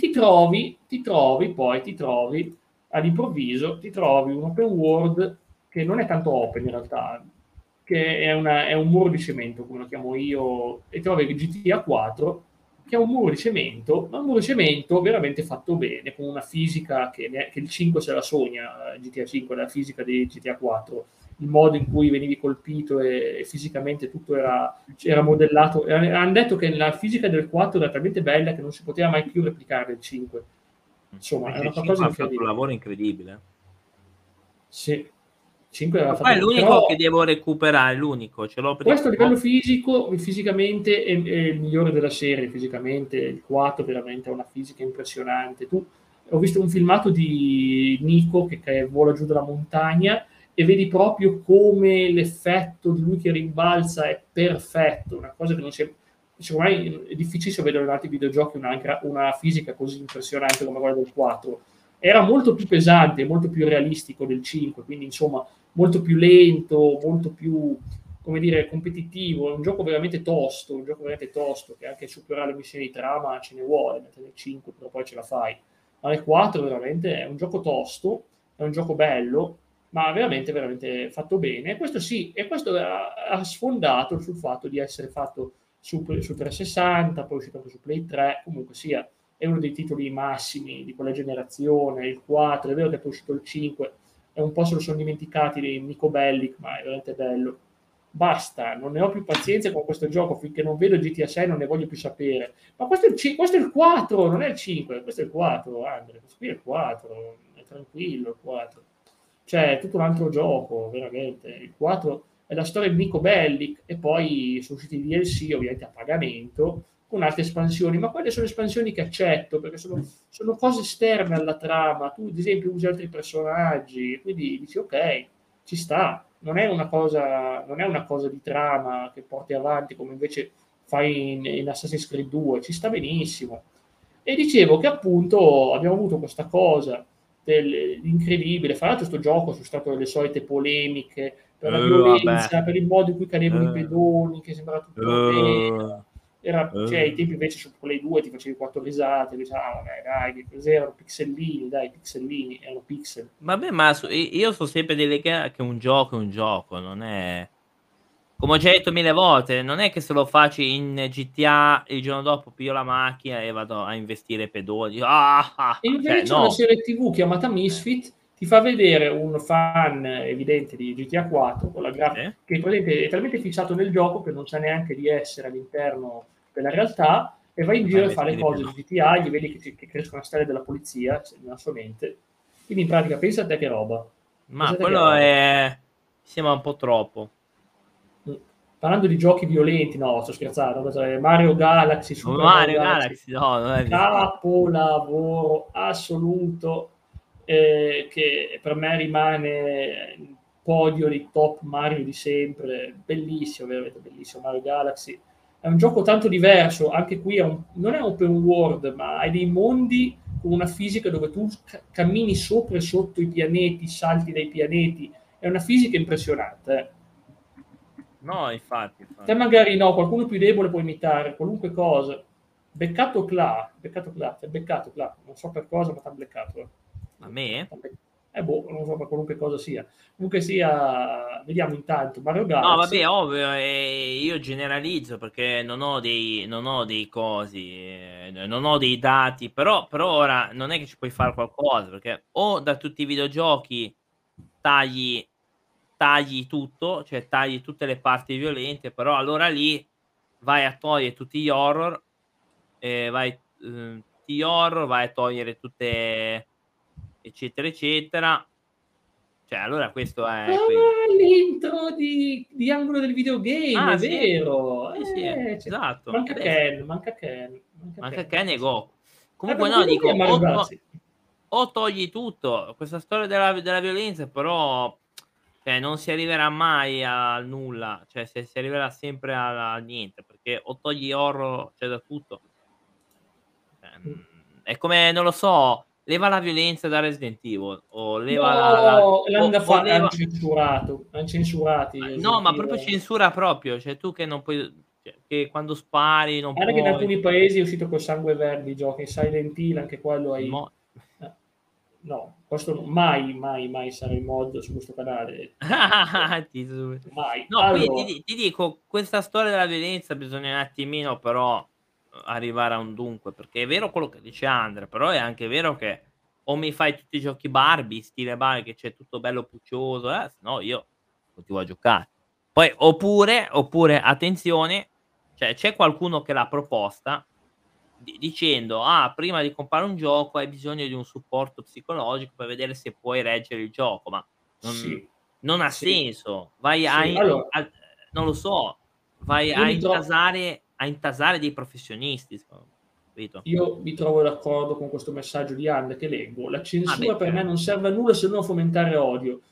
A: ti trovi all'improvviso, ti trovi un open world che non è tanto open in realtà, che è un muro di cemento, come lo chiamo io, e trovi GTA 4 che è un muro di cemento, ma un muro di cemento veramente fatto bene, con una fisica che il 5 se la sogna, GTA 5, la fisica di GTA 4, il modo in cui venivi colpito e fisicamente tutto era modellato. Hanno detto che la fisica del 4 era talmente bella che non si poteva mai più replicare nel 5. Insomma, è
B: Invece il
A: una qualcosa
B: 5
A: di
B: ha fatto un
A: incredibile.
B: lavoro incredibile.
A: Sì, 5 aveva
B: Ma poi è
A: fatto,
B: l'unico che
A: però
B: devo recuperare, l'unico, ce l'ho per
A: questo a livello
B: Xbox.
A: fisico, fisicamente è il migliore della serie, fisicamente il 4 veramente ha una fisica impressionante. Ho visto un filmato di Nico che vola giù dalla montagna e vedi proprio come l'effetto di lui che rimbalza è perfetto, una cosa che non si è, secondo me è difficilissimo vedere in altri videogiochi una fisica così impressionante come quella del 4. Era molto più pesante, molto più realistico del 5, quindi insomma molto più lento, molto più, come dire, competitivo. È un gioco veramente tosto, un gioco veramente tosto, che anche superare le missioni di trama ce ne vuole, mentre nel 5 però poi ce la fai. Ma nel 4 veramente è un gioco tosto, è un gioco bello, ma veramente, veramente fatto bene. Questo sì, e questo ha sfondato sul fatto di essere fatto su 360, poi è uscito anche su Play 3, comunque sia, è uno dei titoli massimi di quella generazione, il 4, è vero che è uscito il 5, e un po' se lo sono dimenticati di Nico Bellic, ma è veramente bello. Basta, non ne ho più pazienza con questo gioco, finché non vedo GTA 6 non ne voglio più sapere. Ma questo è il 4, non è il 5, questo è il 4, Andre, questo qui è il 4, è tranquillo il 4. Cioè, è tutto un altro gioco, veramente. Il 4 è la storia di Nico Bellic e poi sono usciti i DLC, ovviamente a pagamento, con altre espansioni, ma quelle sono espansioni che accetto, perché sono cose esterne alla trama. Tu, ad esempio, usi altri personaggi, quindi dici, ok, ci sta. Non è una cosa di trama che porti avanti come invece fai in Assassin's Creed 2, ci sta benissimo. E dicevo che appunto abbiamo avuto questa cosa dell'incredibile. Fra l'altro, questo gioco sono state le solite polemiche per la
B: Vabbè.
A: violenza, per il modo in cui cadevano i
B: Eh,
A: pedoni, che sembrava tutto
B: eh,
A: cioè, ai
B: eh.
A: tempi invece su Play 2 ti facevi quattro risate, dici, ah, vabbè, dai, che cos'erano? Pixellini, dai, pixellini, erano pixel.
B: Vabbè, ma io sono sempre dell'idea che un gioco è un gioco, non è... Come ho già detto mille volte, non è che se lo faccio in GTA il giorno dopo piglio la macchina e vado a investire pedoni.
A: E
B: Cioè,
A: invece una
B: no.
A: serie TV chiamata
B: Eh,
A: Misfit ti fa vedere un fan evidente di GTA 4 con la
B: sì?
A: che per esempio è talmente fissato nel gioco che non sa neanche di essere all'interno della realtà e va in
B: E va a
A: giro e fa le
B: investire
A: cose
B: pedoni.
A: di GTA, gli vedi che crescono a stelle della polizia nella sua mente. Quindi in pratica pensa a te che roba.
B: Ma
A: Pensate che
B: quello
A: roba.
B: è... sembra un po' troppo.
A: Mm. Parlando di giochi violenti, no, sto scherzando, Mario Galaxy, Super Mario
B: Mario
A: Galaxy,
B: Galaxy, no, non è violento.
A: capolavoro assoluto, che per me rimane il podio dei top Mario di sempre, bellissimo, veramente bellissimo Mario Galaxy. È un gioco tanto diverso, anche qui non è open world, ma hai dei mondi con una fisica dove tu cammini sopra e sotto i pianeti, salti dai pianeti, è una fisica impressionante.
B: No, infatti,
A: Te
B: infatti.
A: magari no, qualcuno più debole può imitare qualunque cosa. Ti ha beccato Cla, non so per cosa, ma ti ha beccato.
B: A me?
A: Boh, non so per qualunque cosa sia. Comunque sia, vediamo intanto Mario
B: No, vabbè,
A: Galaxy.
B: ovvio, io generalizzo perché non ho dei cosi, non ho dei dati, però ora non è che ci puoi fare qualcosa, perché o da tutti i videogiochi tagli, tagli tutto, cioè tagli tutte le parti violente, però allora lì vai a togliere tutti gli horror, tutti gli horror, vai a togliere tutte, eccetera, eccetera. Cioè, allora questo è quello.
A: Ah, l'intro di angolo del videogame,
B: Ah,
A: è
B: sì?
A: vero.
B: Sì, sì, esatto.
A: Manca
B: Adesso
A: Ken, manca Ken, manca
B: manca
A: Ken.
B: Ken e Goku. Comunque
A: Ma
B: no,
A: comunque
B: dico,
A: è Mario Galaxy.
B: o togli tutto, questa storia della violenza, però cioè, non si arriverà mai al nulla, cioè si arriverà sempre al niente, perché o togli horror, cioè da tutto. È come, non lo so, leva la violenza da Resident Evil, o leva
A: No,
B: leva...
A: hanno censurato, hanno censurati
B: No,
A: Resident
B: ma proprio
A: Evil.
B: censura proprio, cioè tu che non puoi, cioè, che quando spari non
A: Guarda che in
B: puoi...
A: alcuni paesi è uscito col sangue verde i giochi, Silent Hill, anche quello hai...
B: Mo...
A: No, questo mai sarà il mod su questo canale. Mai.
B: No, qui
A: Allora,
B: ti dico, questa storia della violenza bisogna un attimino però arrivare a un dunque, perché è vero quello che dice Andrea, però è anche vero che o mi fai tutti i giochi Barbie, stile Barbie, che c'è tutto bello puccioso, se no io continuo a giocare. Poi oppure attenzione, cioè c'è qualcuno che l'ha proposta dicendo: "Ah, prima di comprare un gioco hai bisogno di un supporto psicologico per vedere se puoi reggere il gioco", ma non
A: sì,
B: non ha
A: sì,
B: senso. Vai a
A: sì.
B: i
A: Allora,
B: a non lo so, vai
A: io mi trovo...
B: a intasare dei professionisti, capito?
A: Io mi trovo d'accordo con questo messaggio di Anne che leggo. La
B: Ah
A: censura
B: beh,
A: per me non serve a nulla se non a fomentare odio.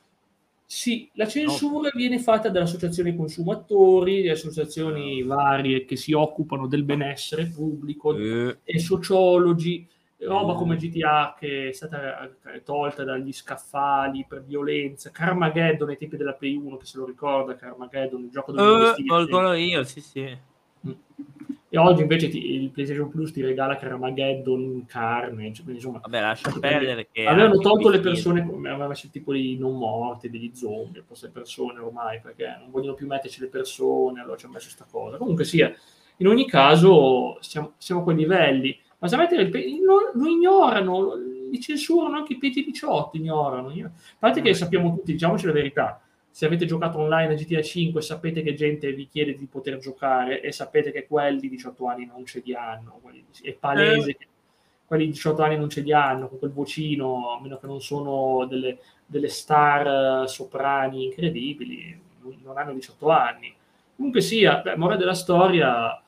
A: Sì, la
B: ovvio.
A: censura viene fatta dalle associazioni consumatori, le
B: Eh,
A: associazioni varie che si occupano del benessere pubblico
B: eh,
A: e sociologi, roba come
B: eh,
A: GTA che è stata tolta dagli scaffali per violenza, Carmageddon ai tempi della Play 1, che se lo ricorda, Carmageddon, il gioco dove ti investivi
B: lo
A: la gente.
B: ricordo io, sì, sì.
A: Mm. E oggi invece il PlayStation Plus ti regala Carmageddon, Carnage, quindi insomma,
B: Vabbè, lascia perdere che
A: avevano
B: anche quei
A: tolto le
B: film
A: persone, avevano messo tipo i non morti, degli zombie, queste persone ormai, perché non vogliono più metterci le persone, allora ci hanno messo sta cosa. Comunque sia, in ogni caso siamo a quei livelli, ma se mettere lo ignorano, li censurano anche i PG-18, ignorano. A parte che sappiamo tutti, diciamoci la verità, se avete giocato online a GTA 5 sapete che gente vi chiede di poter giocare e sapete che quelli 18 anni non ce li hanno, è palese che quelli 18 anni non ce li hanno, con quel vocino, a meno che non sono delle star soprani incredibili, non hanno 18 anni. Comunque sia, morale della storia,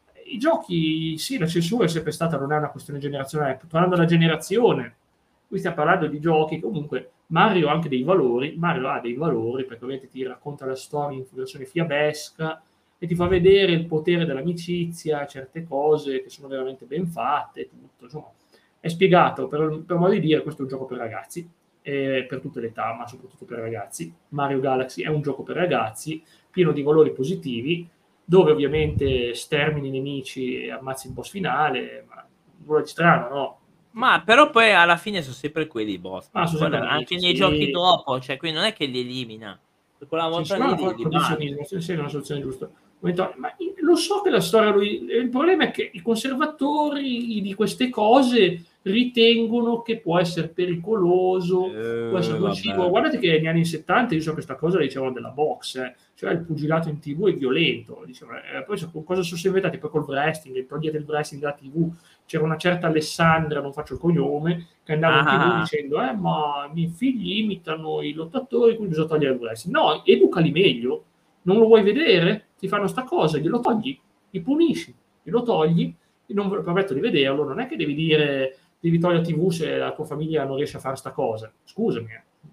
A: i giochi, sì, la censura è sempre stata, non è una questione generazionale, tornando alla generazione, qui stiamo parlando di giochi, comunque Mario ha anche dei valori, Mario ha dei valori perché ovviamente ti racconta la storia in versione fiabesca e ti fa vedere il potere dell'amicizia, certe cose che sono veramente ben fatte, tutto, insomma, è spiegato, per modo di dire, questo è un gioco per ragazzi, per tutte le età, ma soprattutto per ragazzi. Mario Galaxy è un gioco per ragazzi, pieno di valori positivi, dove ovviamente stermini i nemici e ammazzi il boss finale, ma nulla di strano, no?
B: Ma però poi alla fine sono sempre quelli i boss,
A: Ah, sono
B: poi
A: sempre
B: anche
A: nemici,
B: nei giochi
A: sì.
B: dopo, cioè quindi non è che li elimina, per quella
A: Sì,
B: volta
A: sì, ma
B: lì
A: non fa
B: li batte.
A: condizionismo, sì, è una soluzione giusta. Ma lo so che la storia, il problema è che i conservatori di queste cose ritengono che può essere pericoloso, può essere nocivo.
B: Vabbè.
A: Guardate che negli anni 70 io so questa cosa la dicevano della box, cioè il pugilato in TV è violento. Dicevano, poi cosa sono inventati? Poi col wrestling, togliete il wrestling dalla TV. C'era una certa Alessandra, non faccio il cognome, che andava in TV
B: Ah,
A: dicendo ma i miei figli imitano i lottatori, quindi bisogna togliere il wrestling. No, educali meglio, non lo vuoi vedere? Ti fanno sta cosa, glielo togli, li punisci, glielo togli, e non permetto di vederlo, non è che devi dire devi togliere TV se la tua famiglia non riesce a fare sta cosa. Scusami,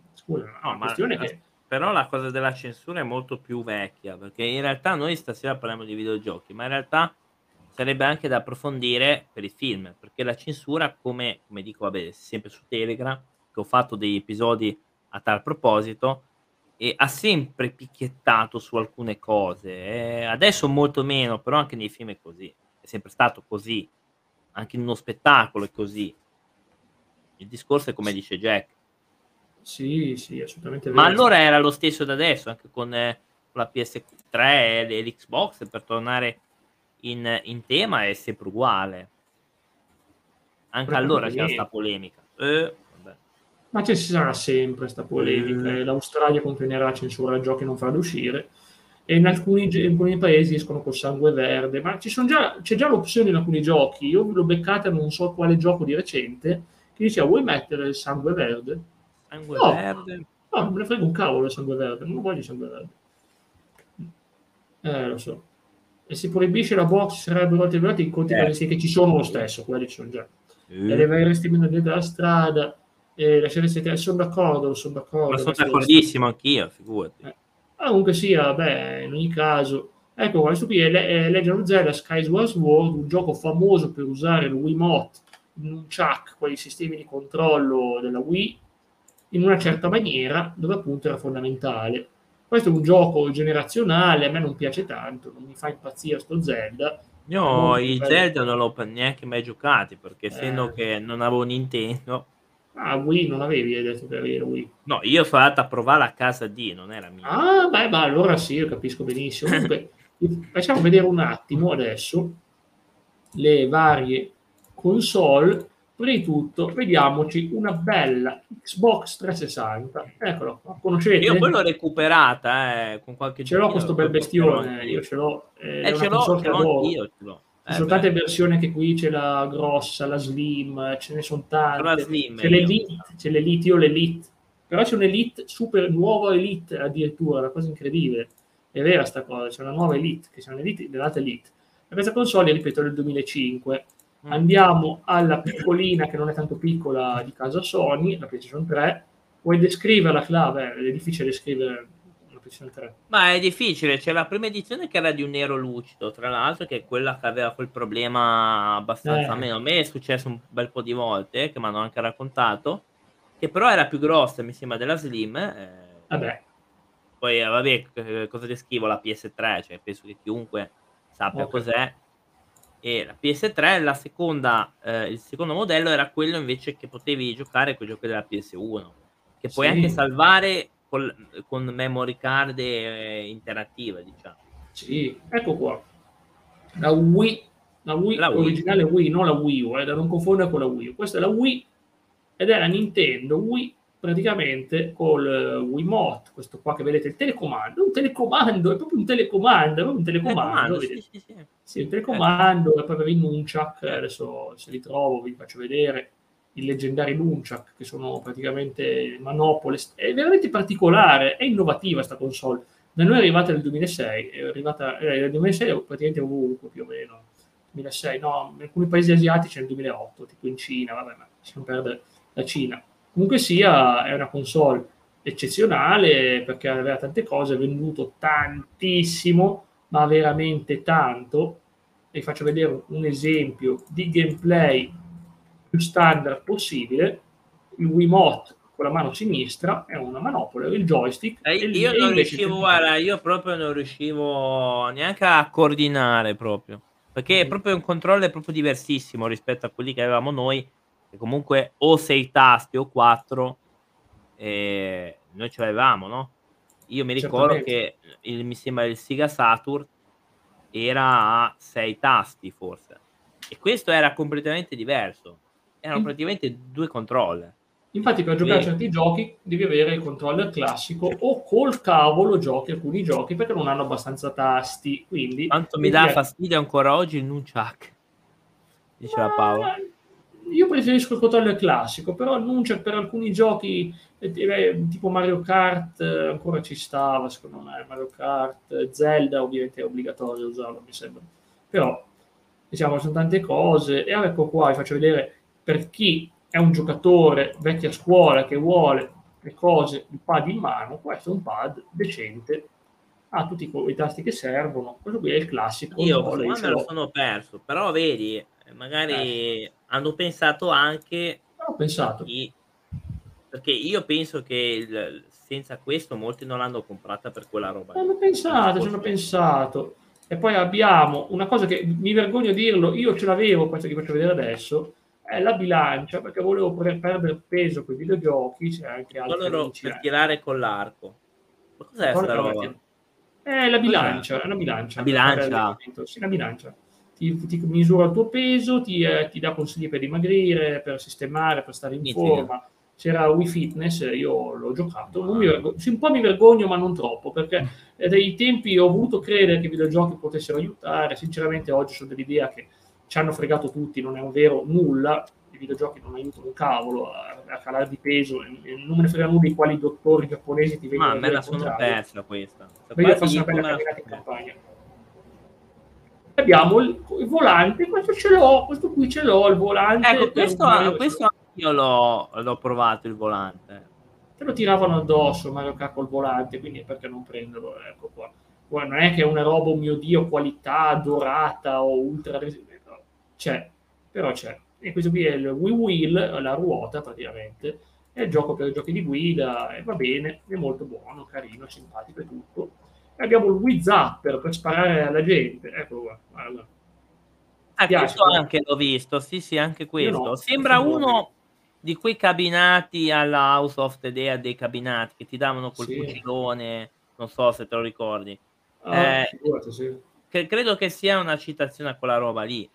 B: no,
A: la
B: ma
A: questione è che...
B: però la cosa della censura è molto più vecchia, perché in realtà noi stasera parliamo di videogiochi, ma in realtà sarebbe anche da approfondire per i film, perché la censura, come dico, vabbè, sempre su Telegram, che ho fatto degli episodi a tal proposito, e ha sempre picchiettato su alcune cose. Adesso molto meno, però anche nei film è così, è sempre stato così, anche in uno spettacolo è così. Il discorso è come dice Jack.
A: Sì, sì, assolutamente
B: Ma
A: vero.
B: allora era lo stesso da adesso, anche con la PS3 e l'Xbox, per tornare in tema, è sempre uguale. Anche allora c'era sta
A: Probabilmente.
B: polemica. Vabbè.
A: Ma ci sarà sempre questa polemica.
B: Eh.
A: L'Australia continuerà a censurare giochi e non farli uscire. E in alcuni paesi escono col sangue verde. Ma c'è già l'opzione in alcuni giochi. Io l'ho beccata in non so quale gioco di recente che diceva vuoi mettere il sangue verde?
B: Sangue
A: No,
B: verde.
A: no, non me ne frega un cavolo il sangue verde. Non lo voglio il sangue verde. Lo so. E se proibisce la box sarebbero attivati i conti clandestini che ci sono lo stesso, quelli ci sono già. E le varie restrizioni della strada, e lasciare stare, sono
B: Ma
A: d'accordo,
B: sono
A: adesso
B: d'accordissimo anch'io, figurati.
A: comunque sia, beh, in ogni caso, ecco, questo qui è Legend of Zelda Skyward Sword, un gioco famoso per usare il Wiimote nunchuck, quei sistemi di controllo della Wii, in una certa maniera, dove appunto era fondamentale. Questo è un gioco generazionale, a me non piace tanto, non mi fa impazzire sto Zelda, è
B: Io
A: molto
B: i
A: bello.
B: Zelda non l'ho neanche mai giocati, perché essendo che non avevo Nintendo.
A: Wii non avevi, hai detto che avevi la Wii.
B: No, io sono andato a provare a casa di, non era mia.
A: Beh, ma allora sì, io capisco benissimo. Comunque, facciamo vedere un attimo adesso le varie console. Prima di tutto, vediamoci una bella Xbox 360. Eccola qua,
B: Io poi
A: conoscete?
B: l'ho recuperata, con qualche
A: Ce l'ho
B: giochino,
A: questo bel
B: lo giocherò
A: bestione,
B: anch'io.
A: io ce l'ho, è una
B: Ce
A: console che
B: l'ho
A: adoro.
B: anch'io, ce l'ho.
A: Ci sono tante versioni che qui, c'è la grossa, la slim, ce ne sono
B: C'ho la
A: tante.
B: Slim
A: C'è
B: io.
A: l'Elite, io ho l'Elite. Però c'è un'Elite super nuova Elite addirittura, una cosa incredibile. È vera sta cosa, c'è una nuova Elite, che c'è un'Elite dell'altra Elite. E questa console, ripeto, è del 2005. Andiamo alla piccolina, che non è tanto piccola, di casa Sony, la PlayStation 3. Vuoi descriverla, Clave? È difficile descrivere una PlayStation 3.
B: Ma è difficile, c'è la prima edizione che era di un nero lucido, tra l'altro, che è quella che aveva quel problema abbastanza meno. A me è successo un bel po' di volte, che mi hanno anche raccontato, che però era più grossa, mi sembra, della Slim.
A: Vabbè.
B: Poi, vabbè, cosa descrivo? La PS3, cioè penso che chiunque sappia
A: Okay.
B: cos'è. E la PS3, la seconda, il secondo modello era quello invece che potevi giocare con i giochi della PS1, che puoi anche
A: Sì,
B: salvare con memory card interattive, diciamo.
A: sì, ecco qua. La Wii, la Wii
B: La Wii.
A: originale Wii, non la Wii U, da non confondere con la Wii U. Questa è la Wii ed è la Nintendo Wii praticamente col Wiimote, questo qua che vedete, il telecomando, un telecomando, è proprio un telecomando, è proprio un telecomando,
B: Telecomando, sì,
A: vedete?
B: sì, sì.
A: Sì, un
B: Certo,
A: telecomando e poi avevi i nunchuck,
B: certo.
A: adesso se li trovo vi faccio vedere, i leggendari nunchuck che sono praticamente manopole, è veramente particolare, è innovativa sta console. Da noi è arrivata nel 2006, è arrivata nel 2006 praticamente ovunque più o meno. 2006, no, in alcuni paesi asiatici nel 2008, tipo in Cina, vabbè, ma lasciamo perdere la Cina. Comunque sia, è una console eccezionale perché aveva tante cose, è venduto tantissimo, ma veramente tanto. Vi faccio vedere un esempio di gameplay più standard possibile. Il Wiimote con la mano sinistra è una manopola, il joystick,
B: Io
A: e
B: non
A: invece il
B: riuscivo,
A: telecomando.
B: guarda, io proprio non riuscivo neanche a coordinare proprio, perché è proprio un controllo è proprio diversissimo rispetto a quelli che avevamo noi, che comunque o 6 tasti o 4, noi ce l'avevamo, no? Io mi ricordo
A: Certamente.
B: che mi sembra il Sega Saturn era a 6 tasti forse, e questo era completamente diverso. Erano
A: In-
B: praticamente 2 controller.
A: Infatti, per giocare a
B: Avevi
A: certi giochi devi avere il controller classico o col cavolo giochi alcuni giochi perché non hanno abbastanza tasti. Quindi
B: Quanto mi
A: devi
B: dà
A: dire,
B: fastidio ancora oggi il nunchuck, diceva Paolo.
A: ma io preferisco il controller classico, però annuncia per alcuni giochi tipo Mario Kart ancora ci stava, secondo me. Mario Kart, Zelda ovviamente è obbligatorio usarlo, mi sembra. Però diciamo sono tante cose. E ecco qua, vi faccio vedere per chi è un giocatore vecchia scuola che vuole le cose, il pad in mano, questo è un pad decente, ha tutti i tasti che servono. Questo qui è il classico,
B: Io
A: controller,
B: questo
A: io
B: qua
A: ce
B: me lo
A: l'ho.
B: sono perso, però vedi,
A: Eh,
B: magari hanno pensato anche
A: ho
B: a
A: pensato.
B: chi, perché io penso che senza questo molti non l'hanno comprata per quella roba lì. Il
A: Ci hanno
B: discorso è
A: pensato. E poi abbiamo una cosa che mi vergogno a dirlo, io ce l'avevo, questa che vi faccio vedere adesso, è la bilancia, perché volevo perdere peso con i videogiochi, c'è anche altri
B: quello
A: amici.
B: per tirare con l'arco. Ma
A: La
B: cos'è
A: cosa
B: sta
A: per
B: roba?
A: mettere. È la
B: Cos'è?
A: bilancia, è una
B: La
A: bilancia per fare
B: bilancia?
A: l'allenamento. Sì, una bilancia. Ti misura il tuo peso, ti dà consigli per dimagrire, per sistemare, per stare in
B: Significa?
A: forma. C'era Wii Fitness, io l'ho giocato, non mi
B: Ma
A: vergogno, sì, un po' mi vergogno, ma non troppo, perché dai tempi ho voluto credere che i videogiochi potessero aiutare. Sinceramente, oggi sono dell'idea che ci hanno fregato tutti, non è un vero nulla. I videogiochi non aiutano un cavolo a calare di peso, e non me ne frega nulla di quali dottori giapponesi ti
B: ma
A: vengono a
B: me
A: dire
B: la
A: il
B: sono
A: contrario.
B: persa questa. Questa
A: Meglio
B: qua ti
A: farsi una
B: dico
A: bella
B: me la
A: camminata
B: sono
A: in
B: persa.
A: campagna. Abbiamo il volante, questo ce l'ho, questo qui ce l'ho, il volante
B: Ecco,
A: per
B: questo anch'io l'ho provato il volante.
A: te lo tiravano addosso Mario Kart col volante, quindi perché non prenderlo? Ecco qua. Poi non è che è una roba, oh mio Dio, qualità dorata o ultra c'è. però c'è. E questo qui è il Wii Wheel, la ruota praticamente, è il gioco per i giochi di guida, e va bene, è molto buono, carino, simpatico e tutto. E abbiamo il Wii Zapper per sparare alla gente, ecco qua, guarda. Piace,
B: Questo
A: però.
B: anche l'ho visto, sì, sì, anche
A: Io
B: questo.
A: no, questo
B: Sembra
A: non l'ho visto.
B: uno di quei cabinati alla House of the Dead, dei cabinati che ti davano col
A: Sì,
B: fucilone, non so se te lo ricordi.
A: ah,
B: Eh,
A: figurati, sì.
B: credo che sia una citazione a quella roba lì,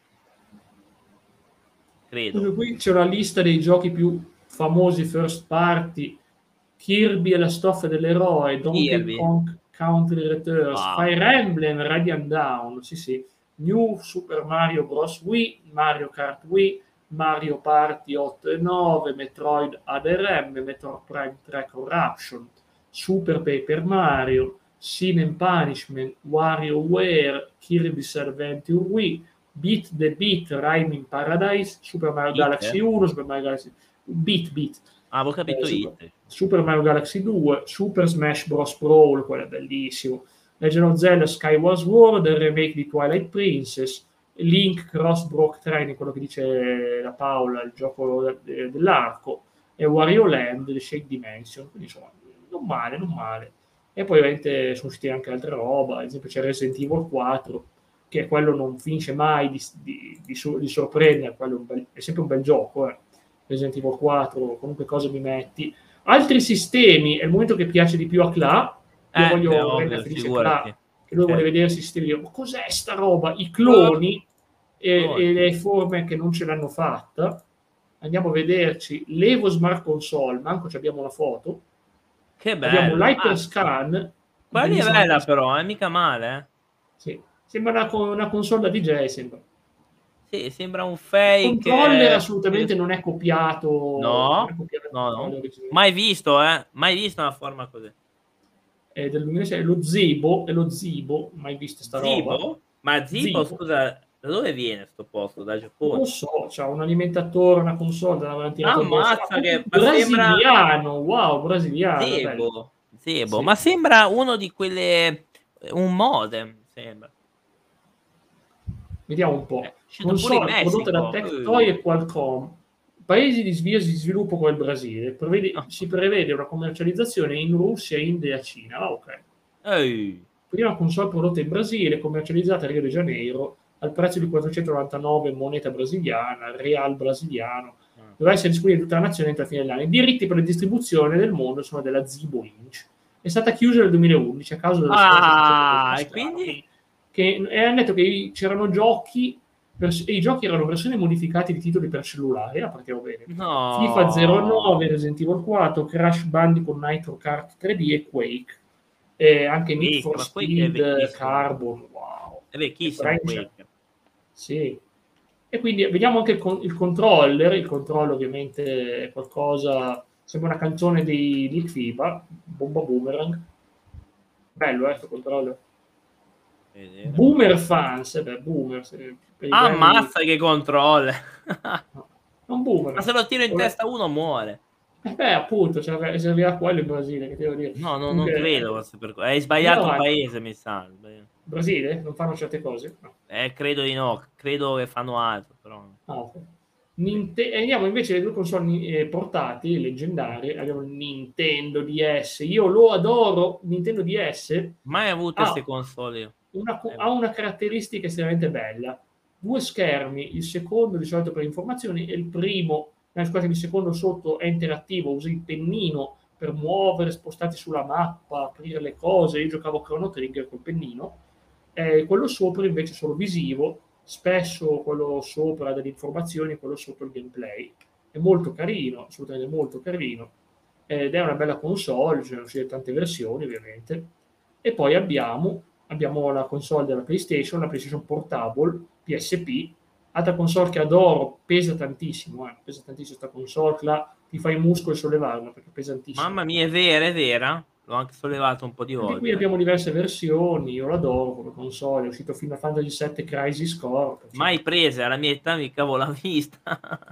B: credo.
A: Qui c'è una lista dei giochi più famosi first party: Kirby e la stoffa dell'eroe, Donkey
B: Kirby?
A: Kong Country Returns,
B: Wow.
A: Fire Emblem, Radiant Dawn, sì sì, New Super Mario Bros. Wii, Mario Kart Wii, Mario Party 8 e 9, Metroid Other M, Metroid Prime 3 Corruption, Super Paper Mario, Sin and Punishment, WarioWare, Kirby's Adventure Wii, Beat the Beat, Rhyme in Paradise, Super Mario
B: Hit?
A: Galaxy 1, Super Mario Galaxy Beat,
B: Ah, avevo capito
A: Super,
B: Hit.
A: Super Mario Galaxy 2, Super Smash Bros. Brawl, quello è bellissimo, Legend of Zelda Skyward Sword, il remake di Twilight Princess, Link Cross Broke Training, quello che dice la Paola, il gioco dell'arco, e Wario Land, The Shake Dimension, quindi insomma, non male, non male. E poi ovviamente sono uscite anche altre roba, ad esempio c'è Resident Evil 4, che quello non finisce mai di sorprendere, quello è sempre un bel gioco, Resident Evil 4, comunque cosa mi metti. Altri sistemi, è il momento che piace di più a Cla, io
B: Beh,
A: voglio rendere
B: ovvio,
A: felice
B: figurati.
A: Cla, che lui vuole
B: Certo.
A: vedere sistemi, ma cos'è sta roba? I cloni
B: Clone.
A: e le forme che non ce l'hanno fatta. Andiamo a vederci l'Evo Smart Console, manco ci abbiamo una foto.
B: Che
A: Abbiamo
B: bello.
A: l'Hyperscan,
B: Quella lì è
A: bellissima
B: bella
A: Hyperscan.
B: però, mica male, eh.
A: Sì. Sembra una console da DJ, sembra.
B: Sì, sembra un
A: Il controller
B: fake.
A: assolutamente non è copiato, non è
B: No,
A: copiato il
B: no, no.
A: controller originale.
B: Mai visto, eh? Mai visto una forma così.
A: È del 2006, è lo Zibo, mai vista sta roba.
B: Zibo? Ma Zibo,
A: Zibo,
B: scusa, da dove viene sto posto? Da
A: non lo
B: Giappone?
A: so, c'ha un alimentatore, una console, l'avranno tirato addosso. Ah,
B: Ammazza che... Ma sembra...
A: brasiliano, wow, brasiliano, bello.
B: Zebo, Zebo, ma
A: Sì.
B: sembra uno di quelle... un modem, sembra.
A: Vediamo un po'.
B: Uscito pure in
A: Console prodotta da
B: Messico.
A: Tectoy e Qualcomm. Paesi di svio di sviluppo come il Brasile. Si prevede una commercializzazione in Russia, India e Cina. Ah, ok.
B: Ehi.
A: Prima console prodotta in Brasile, commercializzata a Rio de Janeiro, al prezzo di 499 moneta brasiliana, real brasiliano. Dovrà essere disponibile in tutta la nazione entro la fine dell'anno. I diritti per la distribuzione del mondo sono della Zibo Inc. È stata chiusa nel 2011 a causa della scorsa
B: Ah, e quindi?
A: e hanno detto che c'erano giochi e i giochi erano versioni modificate di titoli per cellulare, partiamo bene. FIFA
B: No.
A: 09, Resident Evil 4, Crash Bandicoot Nitro Kart 3D e Quake. E anche Need
B: Quake,
A: for
B: ma Quake è
A: Speed,
B: vecchissimo.
A: Carbon, wow.
B: È
A: E
B: vecchissimo
A: French,
B: Quake.
A: sì. E quindi vediamo anche il controller. Il controller ovviamente è qualcosa, sembra una canzone di Nick Fiba, Bomba Boomerang. Bello, questo controller.
B: Vedere.
A: Boomer fans, boomer, per i belli,
B: Ammazza che controller.
A: no, non boomer.
B: Ma se lo tiro in testa uno muore.
A: Appunto, servirà quello in Brasile, che devo dire.
B: No, no, non
A: Comunque,
B: credo. Hai
A: andiamo
B: sbagliato
A: avanti.
B: paese, mi sa.
A: Brasile? Non fanno certe cose? No.
B: Credo di no. Credo che fanno altro, però.
A: Ah, ok. Andiamo invece alle due console portatili, leggendarie. Abbiamo il Nintendo DS. Io lo adoro. Nintendo DS
B: Mai avuto queste
A: ha
B: console io.
A: ha una caratteristica estremamente bella. Due schermi, il secondo di solito per informazioni e il primo, scusate, il secondo sotto è interattivo, usi il pennino per muovere, spostarti sulla mappa, aprire le cose. Io giocavo Chrono Trigger col pennino. Quello sopra invece è solo visivo, spesso quello sopra delle informazioni, quello sotto il gameplay. È molto carino, assolutamente molto carino, ed è una bella console, ce ne sono tante versioni ovviamente. E poi abbiamo la console della PlayStation, la PlayStation Portable, PSP, altra console che adoro, pesa tantissimo questa console, là, ti fai i muscoli sollevarla perché è pesantissima.
B: Mamma mia, è vera, è vera. L'ho anche sollevato un po' di
A: Anche qui
B: volte.
A: abbiamo diverse versioni, io l'adoro come console, è uscito Final Fantasy VII Crisis Core.
B: Mai prese, alla mia età mica avevo la vista.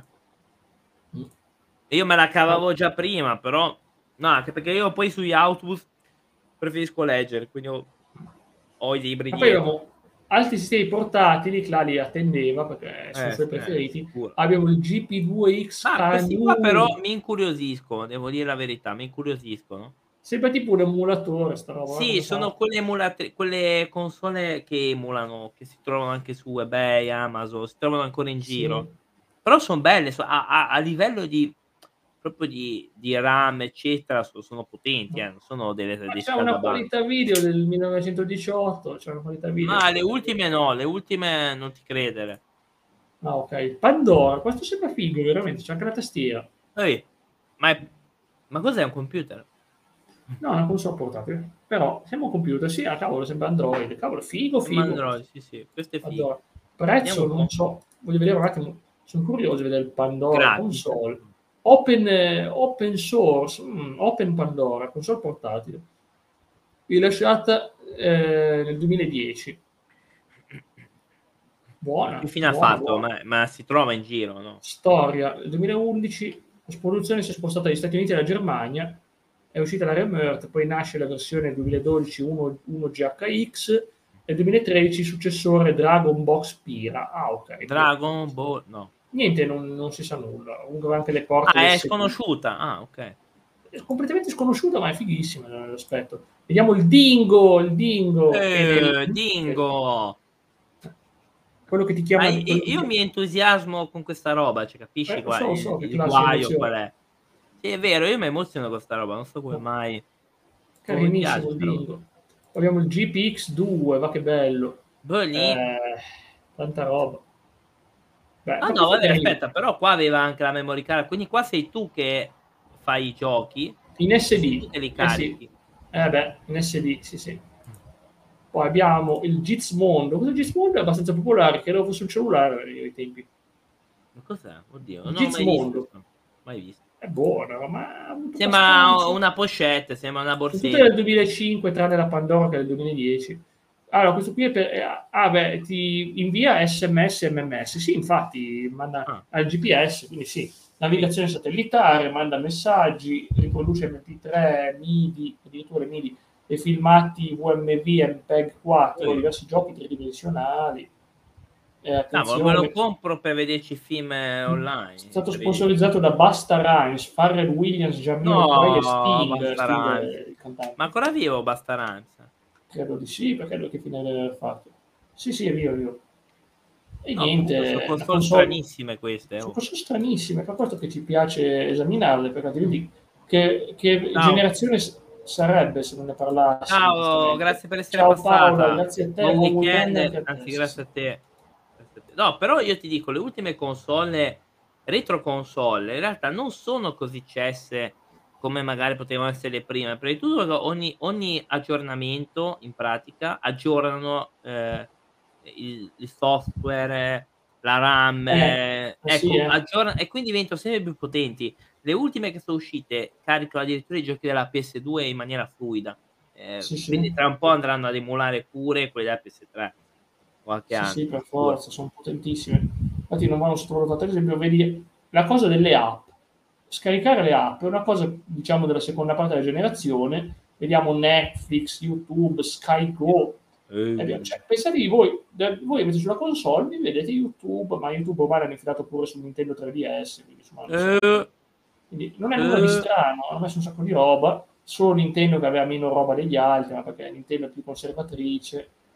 A: Mm.
B: Io me la cavavo già prima, però... No, anche perché io poi sugli autobus preferisco leggere, quindi ho i libri
A: Ma poi
B: dietro.
A: altri sistemi portatili, Clali attendeva perché sono i suoi preferiti.
B: Sicuro.
A: Abbiamo il GP2X
B: Questi qua però mi incuriosiscono, devo dire la verità, mi incuriosiscono.
A: Sembra tipo un emulatore, sta roba.
B: Sì, sono quelle console che emulano, che si trovano anche su eBay, Amazon, si trovano ancora in
A: Sì.
B: giro. Però sono belle, a livello di proprio di RAM, eccetera, sono potenti, non sono
A: Ma
B: dei
A: c'è una
B: scaldabanco.
A: qualità video del 1918, c'è una qualità video.
B: Ma le ultime no, le ultime non ti credere.
A: Ah, ok. Pandora, questo sembra figo, veramente, c'è anche la tastiera.
B: Ehi, ma cos'è un computer?
A: No, una console portatile. Però, sembra un computer, sì, cavolo, sembra Android. Cavolo, figo,
B: Sembra
A: figo.
B: Android, sì, questo è figo.
A: Pandora. Prezzo,
B: Vediamo un
A: non
B: po'.
A: so. Voglio vedere un attimo. Sono curioso di vedere il Pandora
B: Gratis.
A: console. Open source, Open Pandora, console portatile. Rilasciata nel 2010.
B: Ma
A: Buona,
B: che fine ha
A: buona,
B: fatto?
A: buona.
B: Ma si trova in giro, no?
A: Storia, nel 2011 la produzione si è spostata dagli Stati Uniti alla Germania, è uscita la Remote, poi nasce la versione 2012 1GHX e nel 2013 successore Dragon Box Pira. Ah, ok.
B: Dragon Ball, no.
A: Niente, non si sa nulla. Comunque anche le porte
B: È
A: USB.
B: sconosciuta. Ok.
A: È completamente sconosciuta, ma è fighissima l'aspetto. Vediamo il Dingo,
B: Dingo.
A: quello che ti
B: Ma
A: chiama quello
B: io
A: che...
B: mi entusiasmo con questa roba, cioè, capisci
A: Lo
B: qua
A: so, che
B: il
A: classe
B: guaio
A: emozione.
B: qual è? Sì, è vero, io mi emoziono con sta roba, non so come mai. Ma mi piace
A: Carinissimo il
B: sta roba.
A: Dingo. Poi abbiamo il GPX2, va che bello.
B: Lì.
A: Tanta roba. Beh,
B: Ah
A: ma
B: no,
A: questo è
B: vabbè,
A: carino.
B: aspetta, però qua aveva anche la memory card, quindi qua sei tu che fai i giochi
A: In
B: e sei tu
A: SD.
B: che li
A: Eh sì.
B: carichi.
A: In SD, sì, sì. Poi abbiamo il Gizmondo. Questo Gizmondo è abbastanza popolare, credo fosse un cellulare ai tempi.
B: Ma cos'è? Oddio,
A: Il
B: non ho mai visto
A: Gizmondo.
B: questo. Mai visto.
A: È buono, ma ha avuto
B: Sembra
A: abbastanza.
B: una pochette, sembra una
A: Sono tutte del
B: borsetta.
A: 2005, tranne la Pandora che è del 2010. Allora, questo qui è beh, ti invia SMS, MMS. Sì, infatti, manda
B: Ah,
A: al GPS, quindi sì. Navigazione satellitare, manda messaggi, riproduce MP3, MIDI, addirittura MIDI, e filmati VMV, MPEG 4,
B: sì.
A: diversi giochi tridimensionali.
B: Cavolo, me lo
A: Attenzione,
B: compro per vederci film
A: è
B: online.
A: stato
B: Incredibile.
A: sponsorizzato da Basta Rhymes, Pharrell Williams, Jamil
B: No,
A: Sting è
B: Bastaranza.
A: il
B: Ma
A: cantante.
B: ancora vivo Bastaranza?
A: Credo di sì, perché lui che fine deve aver fatto. Sì, sì, è vero, è vero. E
B: No, comunque sono
A: niente, la
B: console
A: console
B: stranissime queste.
A: sono
B: Oh.
A: cose stranissime, per questo che ci piace esaminarle, perché altrimenti che
B: Ciao.
A: generazione sarebbe se non ne parlassimo,
B: Ciao,
A: giustamente.
B: grazie per essere
A: Ciao Paola,
B: passata.
A: grazie a te,
B: Buon
A: buon weekend anche
B: weekend,
A: a te.
B: anzi,
A: Sì, sì.
B: grazie a te. Grazie a te. No, però io ti dico, le ultime console, retro console, in realtà non sono così cesse come magari potevano essere le prime. Prima di tutto, perché ogni aggiornamento, in pratica, aggiornano il software, la RAM,
A: Sì,
B: ecco, aggiorna e quindi diventano sempre più potenti. Le ultime che sono uscite caricano addirittura i giochi della PS2 in maniera fluida.
A: sì, sì.
B: Quindi tra un po' andranno ad emulare pure quelli della PS3, qualche
A: Sì,
B: anno,
A: sì, per
B: sicuro.
A: forza, sono potentissime. Infatti non vanno sottovalutate. Ad esempio, vedi la cosa delle app. Scaricare le app è una cosa, diciamo, della seconda parte della generazione. Vediamo Netflix, YouTube, Sky Go. Cioè, pensatevi voi avete sulla console, vi vedete YouTube, ma YouTube ormai l'hanno infilato pure sul Nintendo 3DS, quindi insomma non so.
B: Eh,
A: Quindi non è nulla di
B: eh,
A: strano, hanno messo un sacco di roba. Solo Nintendo che aveva meno roba degli altri, ma perché Nintendo è più conservatrice.